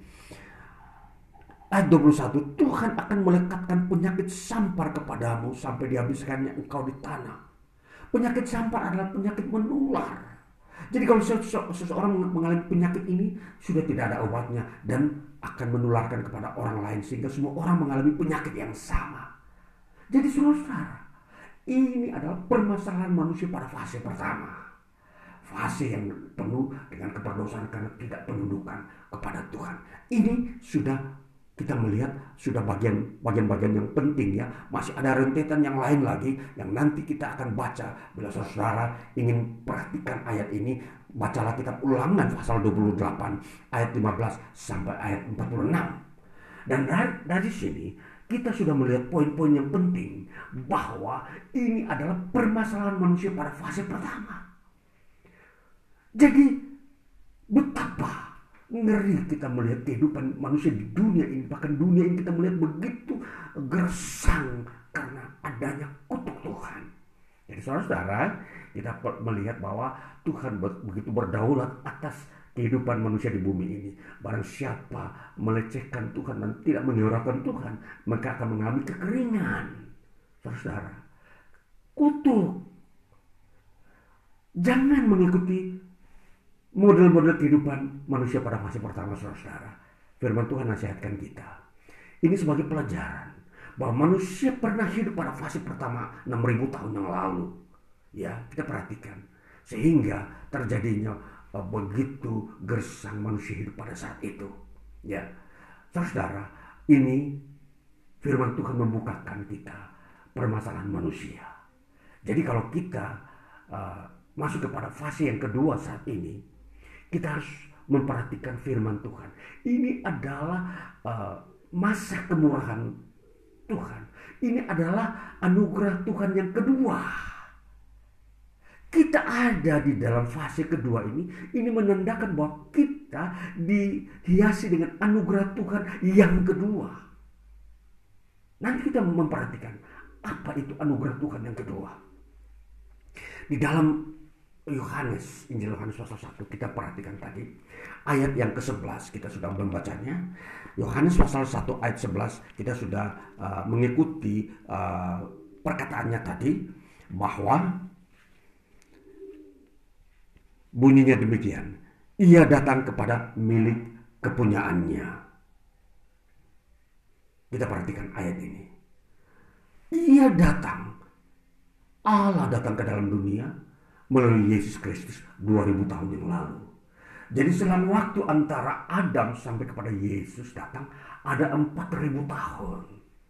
ayat dua puluh satu, Tuhan akan melekatkan penyakit sampar kepadamu sampai dihabiskannya engkau di tanah. Penyakit sampar adalah penyakit menular. Jadi kalau seseorang mengalami penyakit ini, sudah tidak ada obatnya dan akan menularkan kepada orang lain sehingga semua orang mengalami penyakit yang sama. Jadi saudara, ini adalah permasalahan manusia pada fase pertama. Fase yang penuh dengan keperdosaan karena tidak penundukan kepada Tuhan. Ini sudah kita melihat sudah bagian bagian-bagian yang penting ya. Masih ada rentetan yang lain lagi yang nanti kita akan baca. Bila saudara ingin perhatikan ayat ini, bacalah kitab Ulangan pasal dua puluh delapan ayat lima belas sampai ayat empat puluh enam. Dan dari, dari sini kita sudah melihat poin-poin yang penting bahwa ini adalah permasalahan manusia pada fase pertama. Jadi betapa ngeri kita melihat kehidupan manusia di dunia ini. Bahkan dunia ini kita melihat begitu gersang karena adanya kutuk Tuhan. Jadi saudara-saudara, kita melihat bahwa Tuhan begitu berdaulat atas kehidupan manusia di bumi ini. Barang siapa melecehkan Tuhan dan tidak menyuarakan Tuhan, maka akan mengalami kekeringan. Saudara-saudara, kutuk. Jangan mengikuti model-model kehidupan manusia pada fase pertama, saudara-saudara. Firman Tuhan nasihatkan kita. Ini sebagai pelajaran bahwa manusia pernah hidup pada fase pertama enam ribu tahun yang lalu. Ya, kita perhatikan. Sehingga terjadinya uh, begitu gersang manusia hidup pada saat itu. Ya, saudara-saudara, ini firman Tuhan membukakan kita permasalahan manusia. Jadi kalau kita uh, masuk kepada fase yang kedua saat ini, kita harus memperhatikan firman Tuhan. Ini adalah uh, masa kemurahan Tuhan. Ini adalah anugerah Tuhan yang kedua. Kita ada di dalam fase kedua ini. Ini menandakan bahwa kita dihiasi dengan anugerah Tuhan yang kedua. Nanti kita memperhatikan apa itu anugerah Tuhan yang kedua. Di dalam Yohanes, Injil Yohanes pasal satu, kita perhatikan tadi ayat yang kesebelas, kita sudah membacanya. Yohanes pasal satu ayat sebelas, kita sudah uh, mengikuti uh, perkataannya tadi, bahwa bunyinya demikian, ia datang kepada milik kepunyaannya. Kita perhatikan ayat ini. Ia datang, Allah datang ke dalam dunia melalui Yesus Kristus dua ribu tahun yang lalu. Jadi selang waktu antara Adam sampai kepada Yesus datang ada empat ribu tahun.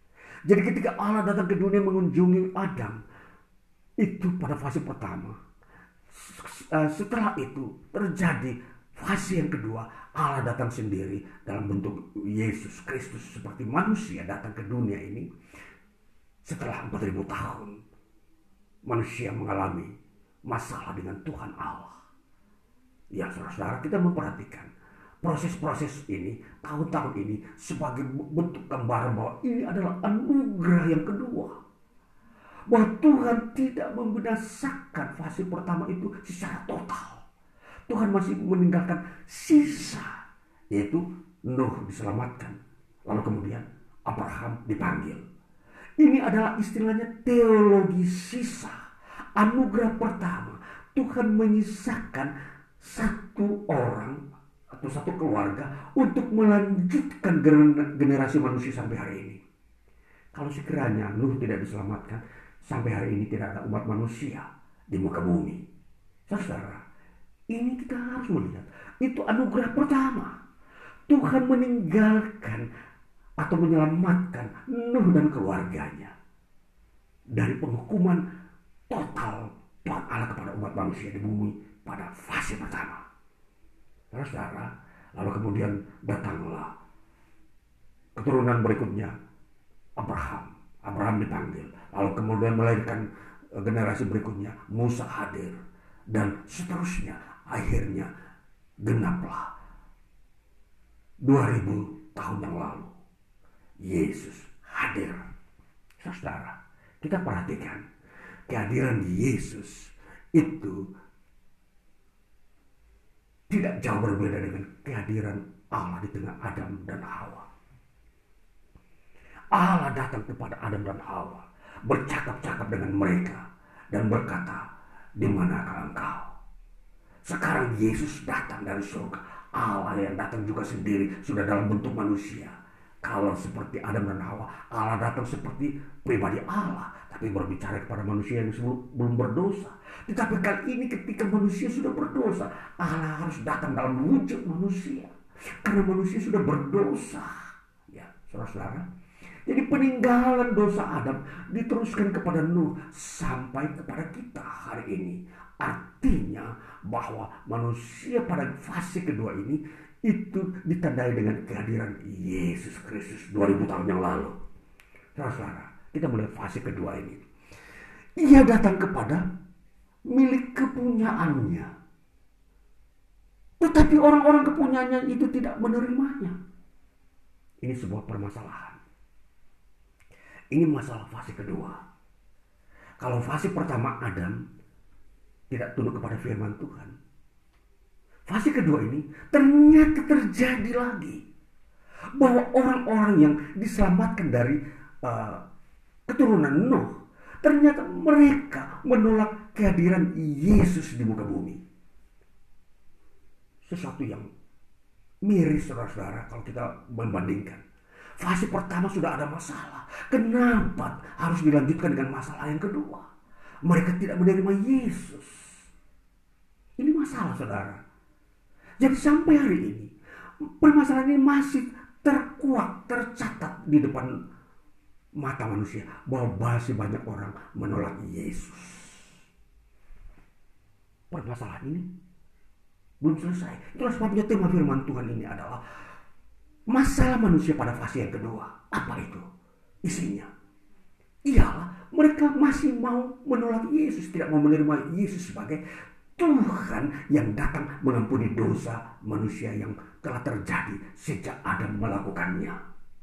Jadi ketika Allah datang ke dunia mengunjungi Adam, itu pada fase pertama. Setelah itu terjadi fase yang kedua, Allah datang sendiri dalam bentuk Yesus Kristus seperti manusia datang ke dunia ini. Setelah empat ribu tahun, manusia mengalami masalah dengan Tuhan Allah. Ya saudara-saudara, kita memperhatikan proses-proses ini, tahun-tahun ini sebagai bentuk gambaran bahwa ini adalah anugerah yang kedua. Bahwa Tuhan tidak membinasakan fase pertama itu secara total. Tuhan masih meninggalkan sisa, yaitu Nuh diselamatkan. Lalu kemudian Abraham dipanggil. Ini adalah istilahnya teologi sisa. Anugerah pertama, Tuhan menyisakan satu orang atau satu keluarga untuk melanjutkan generasi manusia sampai hari ini. Kalau sekiranya Nuh tidak diselamatkan, sampai hari ini tidak ada umat manusia di muka bumi. Saudara, ini kita harus melihat, itu anugerah pertama. Tuhan meninggalkan atau menyelamatkan Nuh dan keluarganya dari penghukuman total Tuhan Allah kepada umat manusia di bumi pada fase pertama. Saudara, lalu kemudian datanglah keturunan berikutnya, Abraham. Abraham dipanggil, lalu kemudian melahirkan generasi berikutnya, Musa hadir, dan seterusnya. Akhirnya genaplah dua ribu tahun yang lalu Yesus hadir. Saudara, kita perhatikan kehadiran Yesus itu tidak jauh berbeda dengan kehadiran Allah di tengah Adam dan Hawa. Allah datang kepada Adam dan Hawa, bercakap-cakap dengan mereka dan berkata, "Di manakah engkau?" Sekarang Yesus datang dari surga. Allah yang datang juga sendiri sudah dalam bentuk manusia. Kalau seperti Adam dan Hawa, Allah datang seperti pribadi Allah, tapi berbicara kepada manusia yang sebelum, belum berdosa. Tetapi kali ini ketika manusia sudah berdosa, Allah harus datang dalam wujud manusia. Karena manusia sudah berdosa. Ya, saudara-saudara. Jadi peninggalan dosa Adam diteruskan kepada Nuh sampai kepada kita hari ini. Artinya bahwa manusia pada fase kedua ini itu ditandai dengan kehadiran Yesus Kristus dua ribu tahun yang lalu. Saudara-saudara, kita melihat fase kedua ini. Ia datang kepada milik kepunyaannya. Tetapi orang-orang kepunyaannya itu tidak menerimanya. Ini sebuah permasalahan. Ini masalah fase kedua. Kalau fase pertama Adam tidak tunduk kepada firman Tuhan. Fase kedua ini ternyata terjadi lagi. Bahwa orang-orang yang diselamatkan dari uh, keturunan Nuh, ternyata mereka menolak kehadiran Yesus di muka bumi. Sesuatu yang miris, saudara-saudara, kalau kita membandingkan. Fase pertama sudah ada masalah. Kenapa harus dilanjutkan dengan masalah yang kedua? Mereka tidak menerima Yesus. Ini masalah, saudara. Jadi sampai hari ini, permasalahan ini masih terkuak, tercatat di depan mata manusia. Bahwa masih banyak orang menolak Yesus. Permasalahan ini belum selesai. Itulah sebabnya tema firman Tuhan ini adalah masalah manusia pada fase yang kedua. Apa itu? Isinya ialah mereka masih mau menolak Yesus, tidak mau menerima Yesus sebagai Tuhan yang datang mengampuni dosa manusia yang telah terjadi sejak Adam melakukannya.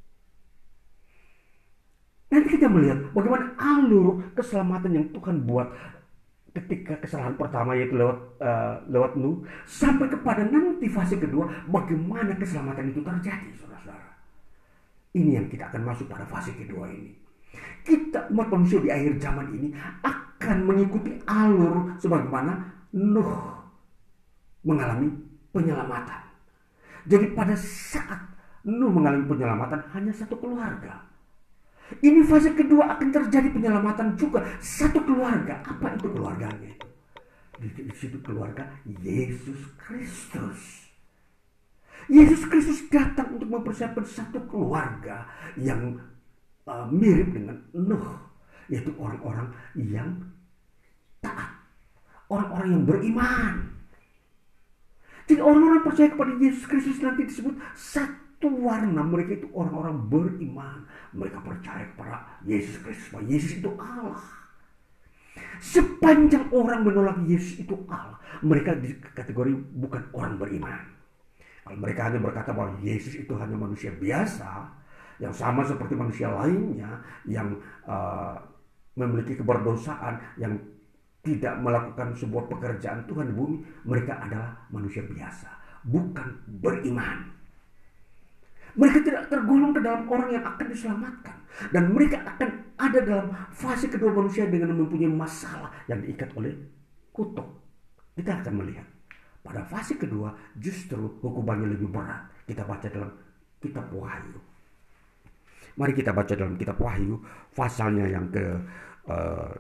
Nanti kita melihat bagaimana alur keselamatan yang Tuhan buat ketika kesalahan pertama, yaitu lewat uh, lewat Nuh, sampai kepada nanti fase kedua, bagaimana keselamatan itu terjadi, saudara-saudara. Ini yang kita akan masuk pada fase kedua ini. Kita umat manusia di akhir zaman ini akan mengikuti alur sebagaimana Nuh mengalami penyelamatan. Jadi pada saat Nuh mengalami penyelamatan hanya satu keluarga. Ini fase kedua akan terjadi penyelamatan juga satu keluarga. Apa itu keluarganya? Di, di situ keluarga Yesus Kristus. Yesus Kristus datang untuk mempersiapkan satu keluarga yang uh, mirip dengan Nuh, yaitu orang-orang yang taat, orang-orang yang beriman. Jadi orang-orang percaya kepada Yesus Kristus nanti disebut satu warna. Mereka itu orang-orang beriman. Mereka percaya kepada Yesus Kristus, bahwa Yesus itu Allah. Sepanjang orang menolak Yesus itu Allah, mereka di kategori bukan orang beriman. Kalau mereka hanya berkata bahwa Yesus itu hanya manusia biasa, yang sama seperti manusia lainnya, yang uh, memiliki keberdosaan, yang tidak melakukan sebuah pekerjaan Tuhan di bumi, mereka adalah manusia biasa, bukan beriman. Mereka tidak tergolong ke dalam orang yang akan diselamatkan. Dan mereka akan ada dalam fase kedua manusia dengan mempunyai masalah yang diikat oleh kutuk. Kita akan melihat pada fase kedua justru hukumannya lebih berat. Kita baca dalam kitab Wahyu. Mari kita baca dalam kitab Wahyu pasalnya yang ke uh,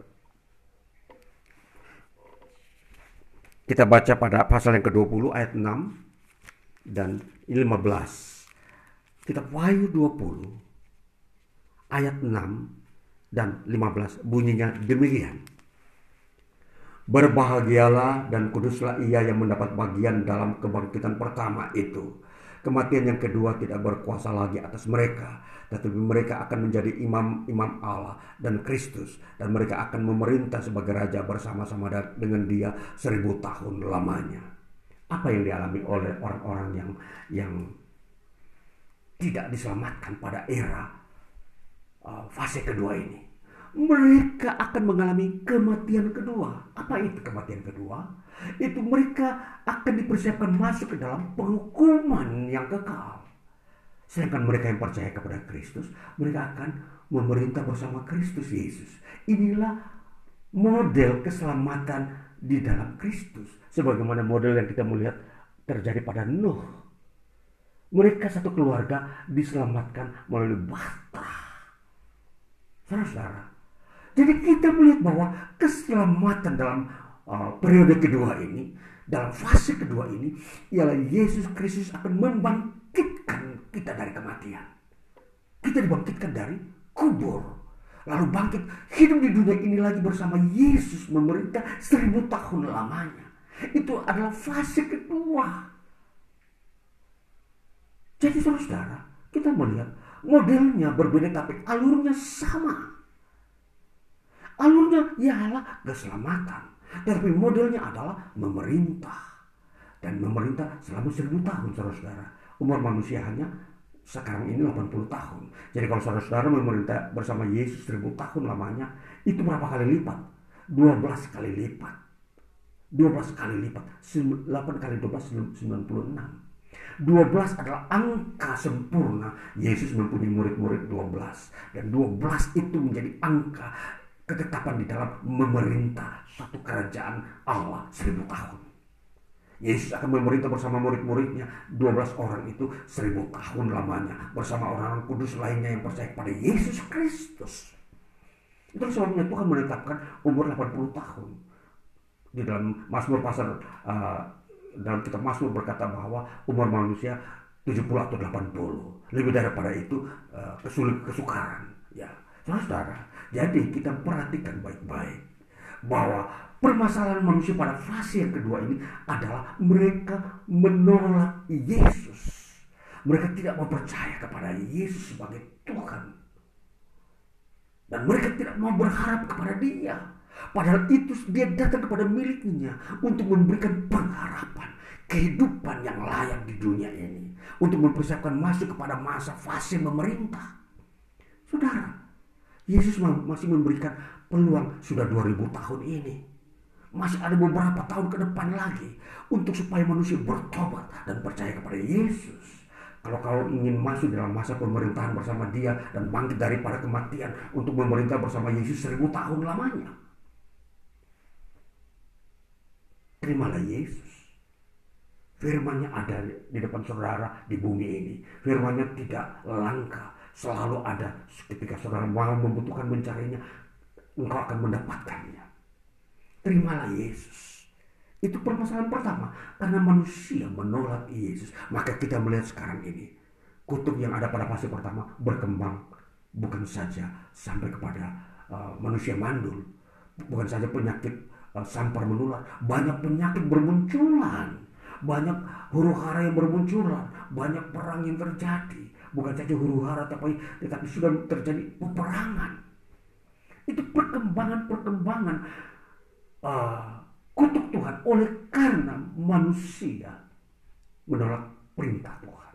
kita baca pada pasal yang ke dua puluh ayat enam dan lima belas. Kitab Wahyu dua puluh ayat enam dan lima belas bunyinya demikian. Berbahagialah dan kuduslah ia yang mendapat bagian dalam kebangkitan pertama itu. Kematian yang kedua tidak berkuasa lagi atas mereka, tetapi mereka akan menjadi imam-imam Allah dan Kristus, dan mereka akan memerintah sebagai raja bersama-sama dengan dia seribu tahun lamanya. Apa yang dialami oleh orang-orang yang yang tidak diselamatkan pada era uh, fase kedua ini? Mereka akan mengalami kematian kedua. Apa itu kematian kedua? Itu mereka akan dipersiapkan masuk ke dalam penghukuman yang kekal. Sedangkan mereka yang percaya kepada Kristus, mereka akan memerintah bersama Kristus Yesus. Inilah model keselamatan di dalam Kristus. Sebagaimana model yang kita melihat terjadi pada Nuh. Mereka satu keluarga diselamatkan melalui bahtera. Saudara-saudara, jadi kita melihat bahwa keselamatan dalam uh, periode kedua ini, dalam fase kedua ini, ialah Yesus Kristus akan membangkitkan kita dari kematian. Kita dibangkitkan dari kubur, lalu bangkit hidup di dunia ini lagi bersama Yesus memerintah seribu tahun lamanya. Itu adalah fase kedua. Jadi saudara, kita melihat modelnya berbeda tapi alurnya sama. Alurnya ialah keselamatan, tapi modelnya adalah memerintah. Dan memerintah selama seribu tahun, saudara-saudara. Umur manusia hanya sekarang ini delapan puluh tahun. Jadi kalau saudara-saudara memerintah bersama Yesus seribu tahun lamanya, itu berapa kali lipat? dua belas kali lipat. dua belas kali lipat. delapan kali dua belas, sembilan puluh enam. dua belas adalah angka sempurna. Yesus mempunyai murid-murid dua belas. Dan dua belas itu menjadi angka ketetapan di dalam memerintah satu kerajaan Allah seribu tahun. Yesus akan memerintah bersama murid-muridnya dua belas orang itu seribu tahun lamanya. Bersama orang-orang kudus lainnya yang percaya kepada Yesus Kristus. Itu sebabnya Tuhan menetapkan umur delapan puluh tahun. Di dalam Mazmur pasal uh, dalam kitab Mazmur berkata bahwa umur manusia tujuh puluh atau delapan puluh. Lebih daripada itu uh, kesulit kesukaran. Ya, saudara. Jadi kita perhatikan baik-baik bahwa permasalahan manusia pada fase yang kedua ini adalah mereka menolak Yesus. Mereka tidak mau percaya kepada Yesus sebagai Tuhan. Dan mereka tidak mau berharap kepada Dia. Padahal itu Dia datang kepada miliknya untuk memberikan pengharapan, kehidupan yang layak di dunia ini, untuk mempersiapkan masuk kepada masa fase memerintah. Saudara, Yesus masih memberikan peluang sudah dua ribu tahun ini. Masih ada beberapa tahun ke depan lagi untuk supaya manusia bertobat dan percaya kepada Yesus. Kalau kau ingin masuk dalam masa pemerintahan bersama Dia dan bangkit daripada kematian untuk memerintah bersama Yesus seribu tahun lamanya, terimalah Yesus. Firman-Nya ada di depan saudara di bumi ini. Firman-Nya tidak langka, selalu ada. Ketika saudara mau membutuhkan mencarinya, engkau akan mendapatkannya. Terimalah Yesus. Itu permasalahan pertama. Karena manusia menolak Yesus, maka kita melihat sekarang ini kutuk yang ada pada fase pertama berkembang bukan saja sampai kepada uh, manusia mandul, bukan saja penyakit uh, sampar menular, banyak penyakit bermunculan, banyak huru hara yang bermunculan, banyak perang yang terjadi. Bukan saja huru hara tapi, tetapi sudah terjadi peperangan. Itu perkembangan-perkembangan uh, kutuk Tuhan oleh karena manusia menolak perintah Tuhan,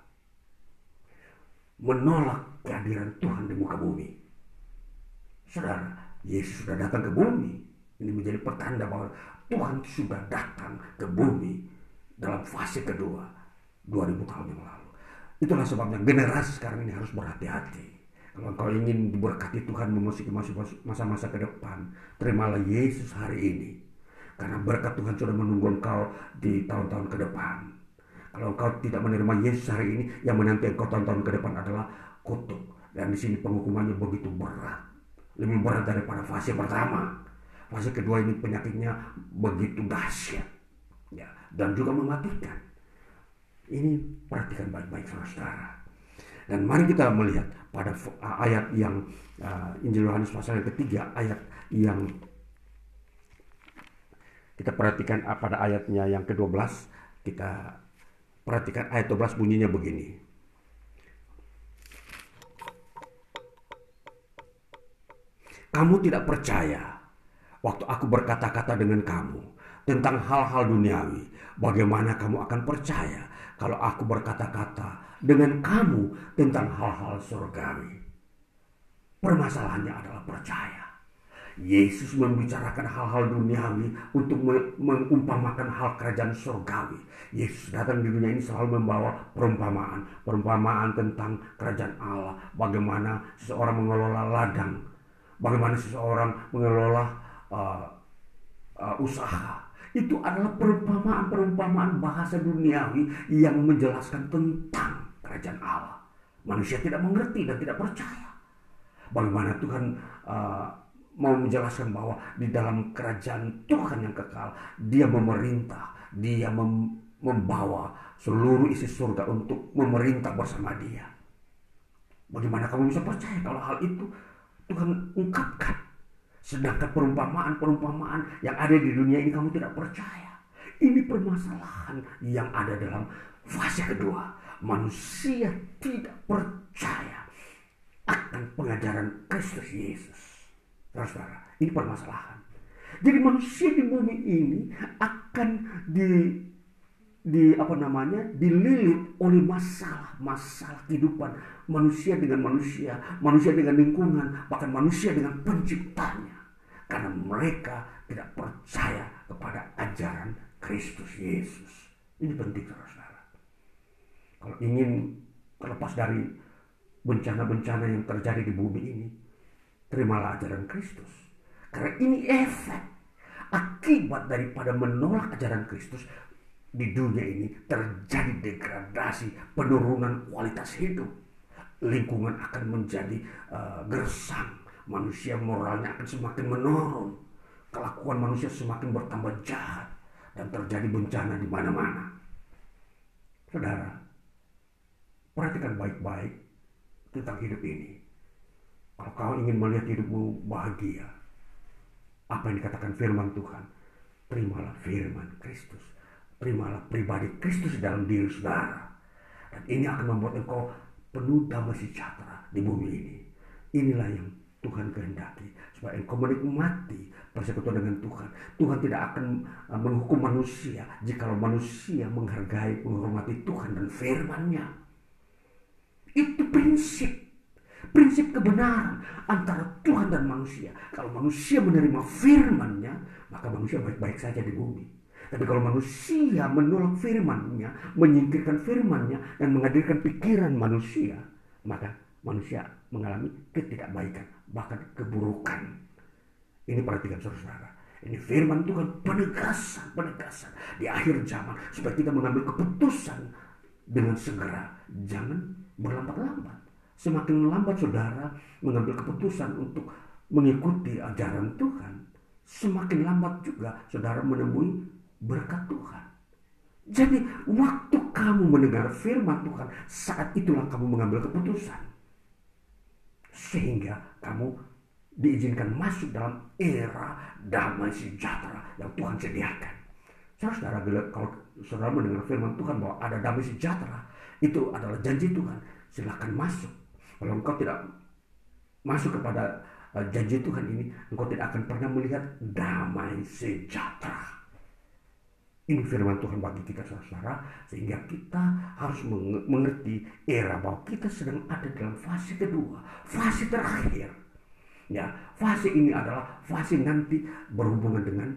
menolak kehadiran Tuhan di muka bumi. Saudara, Yesus sudah datang ke bumi. Ini menjadi pertanda bahwa Tuhan sudah datang ke bumi dalam fase kedua dua ribu tahun yang lalu. Itulah sebabnya generasi sekarang ini harus berhati-hati. Kalau kau ingin diberkati Tuhan memasuki masa-masa ke depan, terimalah Yesus hari ini. Karena berkat Tuhan sudah menunggu engkau di tahun-tahun ke depan. Kalau engkau tidak menerima Yesus hari ini, yang menanti engkau tahun-tahun ke depan adalah kutuk. Dan di sini penghukumannya begitu berat. Lebih berat daripada fase pertama. Fase kedua ini penyakitnya begitu dahsyat. Ya, dan juga mematikan. Ini perhatikan baik-baik saudara. Dan mari kita melihat pada ayat yang uh, Injil Yohanes pasal yang ketiga, ayat yang kita perhatikan pada ayatnya yang kedua belas. Kita perhatikan ayat dua belas bunyinya begini. Kamu tidak percaya waktu aku berkata-kata dengan kamu tentang hal-hal duniawi. Bagaimana kamu akan percaya kalau aku berkata-kata dengan kamu tentang hal-hal surgawi? Permasalahannya adalah percaya. Yesus membicarakan hal-hal duniawi untuk mengumpamakan hal kerajaan surgawi. Yesus datang di dunia ini selalu membawa perumpamaan. Perumpamaan tentang kerajaan Allah. Bagaimana seseorang mengelola ladang. Bagaimana seseorang mengelola uh, uh, usaha. Itu adalah perumpamaan-perumpamaan bahasa duniawi yang menjelaskan tentang kerajaan Allah. Manusia tidak mengerti dan tidak percaya. Bagaimana Tuhan uh, mau menjelaskan bahwa di dalam kerajaan Tuhan yang kekal, Dia memerintah, Dia mem- membawa seluruh isi surga untuk memerintah bersama Dia. Bagaimana kamu bisa percaya kalau hal itu Tuhan ungkapkan? Sedangkan perumpamaan-perumpamaan yang ada di dunia ini kamu tidak percaya. Ini permasalahan yang ada dalam fase kedua. Manusia tidak percaya akan pengajaran Kristus Yesus. Saudara, ini permasalahan. Jadi manusia di bumi ini akan di di apa namanya dililit oleh masalah-masalah kehidupan manusia dengan manusia, manusia dengan lingkungan, bahkan manusia dengan penciptanya. Karena mereka tidak percaya kepada ajaran Kristus Yesus. Ini penting saudara-saudara. Kalau ingin terlepas dari bencana-bencana yang terjadi di bumi ini, terimalah ajaran Kristus. Karena ini efek akibat daripada menolak ajaran Kristus. Di dunia ini terjadi degradasi, penurunan kualitas hidup. Lingkungan akan menjadi uh, gersang. Manusia moralnya akan semakin menurun. Kelakuan manusia semakin bertambah jahat. Dan terjadi bencana di mana-mana. Saudara, perhatikan baik-baik tentang hidup ini. Kalau kau ingin melihat hidupmu bahagia, apa yang dikatakan firman Tuhan, terimalah firman Kristus. Terimalah pribadi Kristus dalam diri saudara. Dan ini akan membuat engkau penuh damai sejahtera di bumi ini. Inilah yang Tuhan kehendaki. Supaya engkau menikmati persekutuan dengan Tuhan. Tuhan tidak akan menghukum manusia jikalau manusia menghargai, menghormati Tuhan dan firman-Nya. Itu prinsip. Prinsip kebenaran antara Tuhan dan manusia. Kalau manusia menerima firman-Nya, maka manusia baik-baik saja di bumi. Tapi kalau manusia menolak firman-Nya, menyingkirkan firman-Nya, dan menghadirkan pikiran manusia, maka manusia mengalami ketidakbaikan, bahkan keburukan. Ini perhatikan saudara-saudara. Ini firman Tuhan, penegasan, penegasan di akhir zaman, supaya kita mengambil keputusan dengan segera. Jangan berlambat-lambat. Semakin lambat saudara mengambil keputusan untuk mengikuti ajaran Tuhan, semakin lambat juga saudara menemui berkat Tuhan. Jadi waktu kamu mendengar firman Tuhan, saat itulah kamu mengambil keputusan. sehingga kamu diizinkan masuk dalam era damai sejahtera yang Tuhan sediakan. Saudara, kalau saudara mendengar firman Tuhan bahwa ada damai sejahtera, itu adalah janji Tuhan, silakan masuk. Kalau engkau tidak masuk kepada uh, janji Tuhan ini, engkau tidak akan pernah melihat damai sejahtera. Ini firman Tuhan bagi kita saudara, sehingga kita harus mengerti era bahwa kita sedang ada dalam fase kedua, fase terakhir. Ya, fase ini adalah fase nanti berhubungan dengan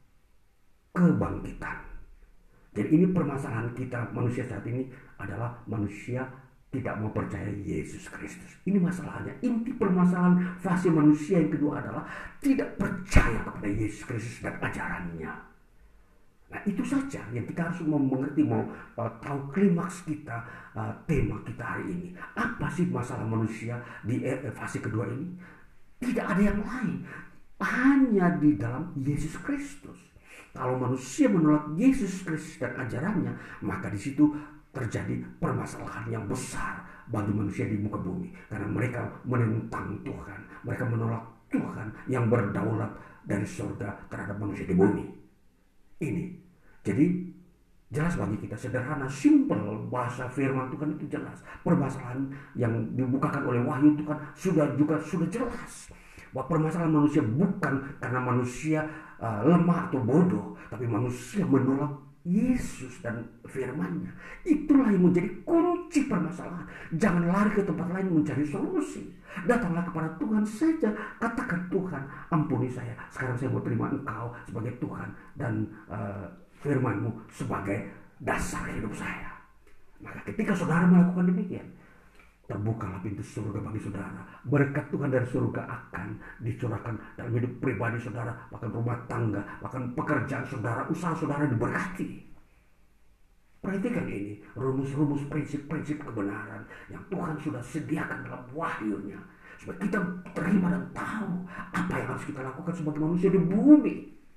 kebangkitan. Jadi ini permasalahan kita manusia saat ini adalah manusia tidak mau percaya Yesus Kristus. Ini masalahnya. Inti permasalahan fase manusia yang kedua adalah tidak percaya kepada Yesus Kristus dan ajarannya. Nah, itu saja yang kita harus mengerti, mau uh, tahu klimaks kita, uh, tema kita hari ini. Apa sih masalah manusia di uh, fase kedua ini? Tidak ada yang lain, hanya di dalam Yesus Kristus. Kalau manusia menolak Yesus Kristus dan ajarannya, maka di situ terjadi permasalahan yang besar bagi manusia di muka bumi. Karena mereka menentang Tuhan, mereka menolak Tuhan yang berdaulat dari surga terhadap manusia di bumi. Ini, jadi jelas bagi kita, sederhana, simple, bahasa firman Tuhan itu jelas. Permasalahan yang dibukakan oleh wahyu Tuhan sudah juga sudah jelas. Bahwa permasalahan manusia bukan karena manusia uh, lemah atau bodoh, tapi manusia menolak Yesus dan firman-Nya. Itulah yang menjadi kunci permasalahan. Jangan lari ke tempat lain mencari solusi. Datanglah kepada Tuhan saja. Katakan, Tuhan, ampuni saya. Sekarang saya mau terima Engkau sebagai Tuhan dan uh, firman-Mu sebagai dasar hidup saya. Maka ketika saudara melakukan demikian, terbukalah pintu surga bagi saudara. Berkat Tuhan dari surga akan dicurahkan dalam hidup pribadi saudara, bahkan rumah tangga, bahkan pekerjaan saudara, usaha saudara diberkati. Perhatikan ini, rumus-rumus prinsip-prinsip kebenaran yang Tuhan sudah sediakan dalam wahyu-Nya, supaya kita terima dan tahu apa yang harus kita lakukan sebagai manusia di bumi.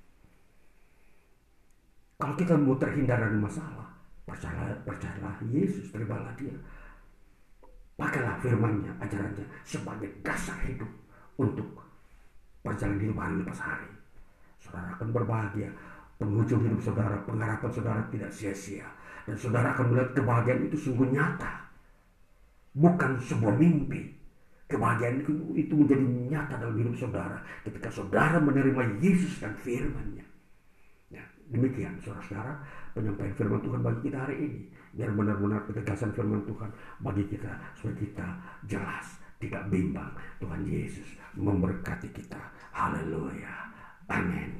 Kalau kita mau terhindar dari masalah, percayalah, percayalah Yesus, terimalah Dia. Pakailah firman-Nya, ajarannya sebagai dasar hidup untuk perjalanan hidup hari lepas hari. Saudara akan berbahagia. Penghujung hidup saudara, pengharapan saudara tidak sia-sia. Dan saudara akan melihat kebahagiaan itu sungguh nyata. Bukan sebuah mimpi. Kebahagiaan itu, itu menjadi nyata dalam hidup saudara ketika saudara menerima Yesus dan firman-Nya. Ya, demikian saudara-saudara penyampaian firman Tuhan bagi kita hari ini. Biar benar-benar ketegasan firman Tuhan bagi kita, supaya kita jelas, tidak bimbang. Tuhan Yesus memberkati kita. Haleluya. Amin.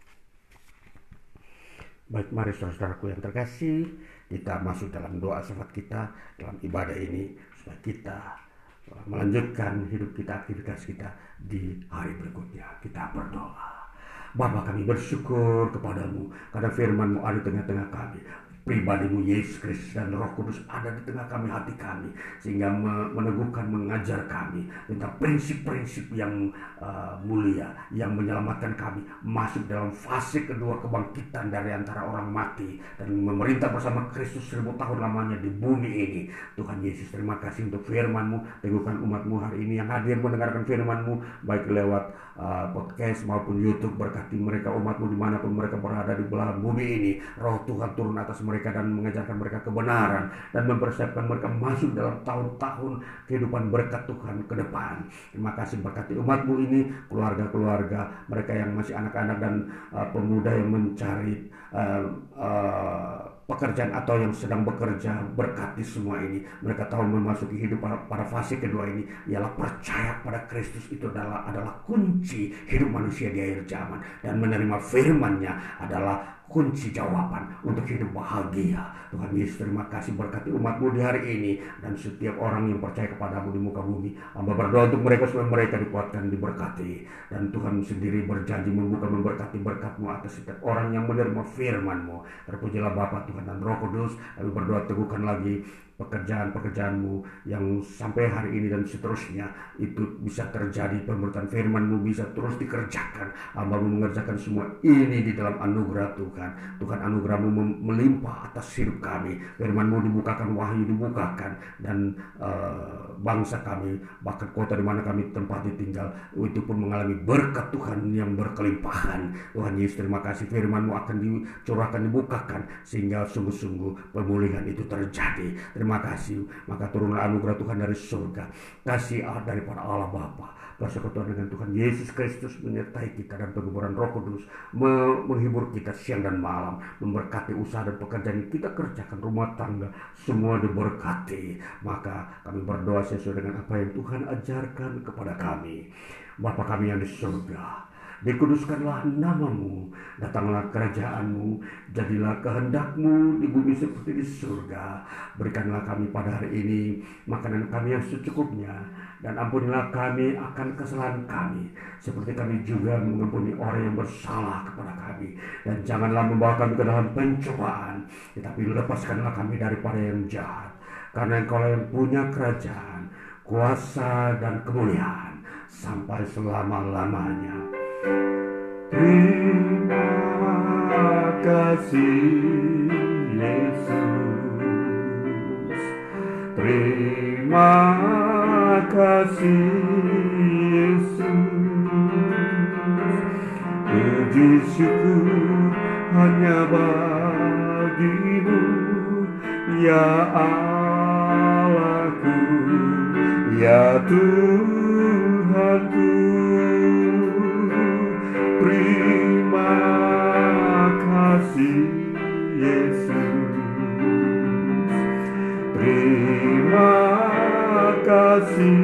Baik, mari saudaraku yang terkasih, kita masuk dalam doa syafaat kita dalam ibadah ini, supaya kita melanjutkan hidup kita, aktivitas kita di hari berikutnya. Kita berdoa. Bapa, kami bersyukur kepadamu karena firman-Mu ada di tengah-tengah kami. Pribadi-Mu Yesus Kristus dan Roh Kudus ada di tengah kami, hati kami, sehingga meneguhkan, mengajar kami tentang prinsip-prinsip yang uh, mulia yang menyelamatkan kami masuk dalam fase kedua kebangkitan dari antara orang mati dan memerintah bersama Kristus seribu tahun lamanya di bumi ini. Tuhan Yesus, terima kasih untuk firman-Mu. Teguhkan umat-Mu hari ini yang hadir mendengarkan firman-Mu, baik lewat uh, podcast maupun YouTube. Berkati mereka, umat-Mu dimanapun mereka berada di belahan bumi ini. Roh Tuhan turun atas mereka mereka dan mengajarkan mereka kebenaran dan mempersiapkan mereka masuk dalam tahun-tahun kehidupan berkat Tuhan ke depan. Terima kasih, berkati umat-Mu ini, keluarga-keluarga mereka yang masih anak-anak dan uh, pemuda yang mencari uh, uh, pekerjaan atau yang sedang bekerja. Berkati semua ini. Mereka tahu memasuki hidup pada, pada fase kedua ini ialah percaya pada Kristus itu adalah adalah kunci hidup manusia di akhir zaman, dan menerima firman-Nya adalah kunci jawaban untuk hidup bahagia. Tuhan Yesus, terima kasih, berkati umat-Mu di hari ini dan setiap orang yang percaya kepada-Mu di muka bumi. Hamba berdoa untuk mereka supaya mereka dikuatkan, diberkati, dan Tuhan sendiri berjanji membuka, memberkati berkat-Mu atas setiap orang yang menerima firman-Mu. Terpujilah Bapa, Tuhan dan Roh Kudus. Kami berdoa, teguhkan lagi pekerjaan-pekerjaan-Mu yang sampai hari ini dan seterusnya itu bisa terjadi, pemberitaan firman-Mu bisa terus dikerjakan. Hamba mengerjakan semua ini di dalam anugerah Tuhan. Tuhan. Tuhan anugerah-Mu melimpah atas hidup kami. Firman-Mu dibukakan, wahyu dibukakan, dan uh, bangsa kami, bahkan kota di mana kami tempati tinggal, itu pun mengalami berkat Tuhan yang berkelimpahan. Tuhan Yesus, terima kasih, firman-Mu akan dicurahkan, dibukakan, sehingga sungguh-sungguh pemulihan itu terjadi. Terima kasih. Maka turunlah anugerah Tuhan dari surga, kasih daripada Allah Bapa, persekutuan dengan Tuhan Yesus Kristus menyertai kita, dan penghiburan Roh Kudus menghibur kita siang dan malam, memberkati usaha dan pekerjaan yang kita kerjakan, rumah tangga semua diberkati. Maka kami berdoa sesuai dengan apa yang Tuhan ajarkan kepada kami. Bapa kami yang di surga, dikuduskanlah nama-Mu, datanglah kerajaan-Mu, jadilah kehendak-Mu di bumi seperti di surga. Berikanlah kami pada hari ini makanan kami yang secukupnya, dan ampunilah kami akan kesalahan kami, seperti kami juga mengampuni orang yang bersalah kepada kami. Dan janganlah membawa kami ke dalam pencobaan, tetapi lepaskanlah kami daripada yang jahat. Karena Engkau yang punya kerajaan, kuasa, dan kemuliaan sampai selama-lamanya. Terima kasih Yesus, terima kasih Yesus, puji syukur hanya bagi-Mu ya Allahku, ya Tuhanku. Terima kasih Yesus, terima kasih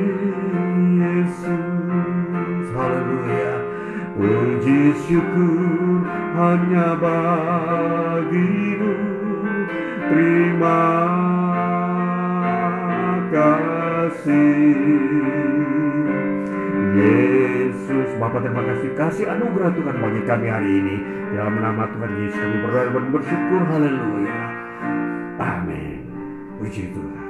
Yesus. Haleluya. Puji syukur hanya bagi-Mu. Terima kasih Yesus. Bapa, terima kasih, kasih anugerah Tuhan bagi kami hari ini. Dalam nama Tuhan Yesus kami berdoa dan bersyukur. Haleluya. Amin. Puji Tuhan.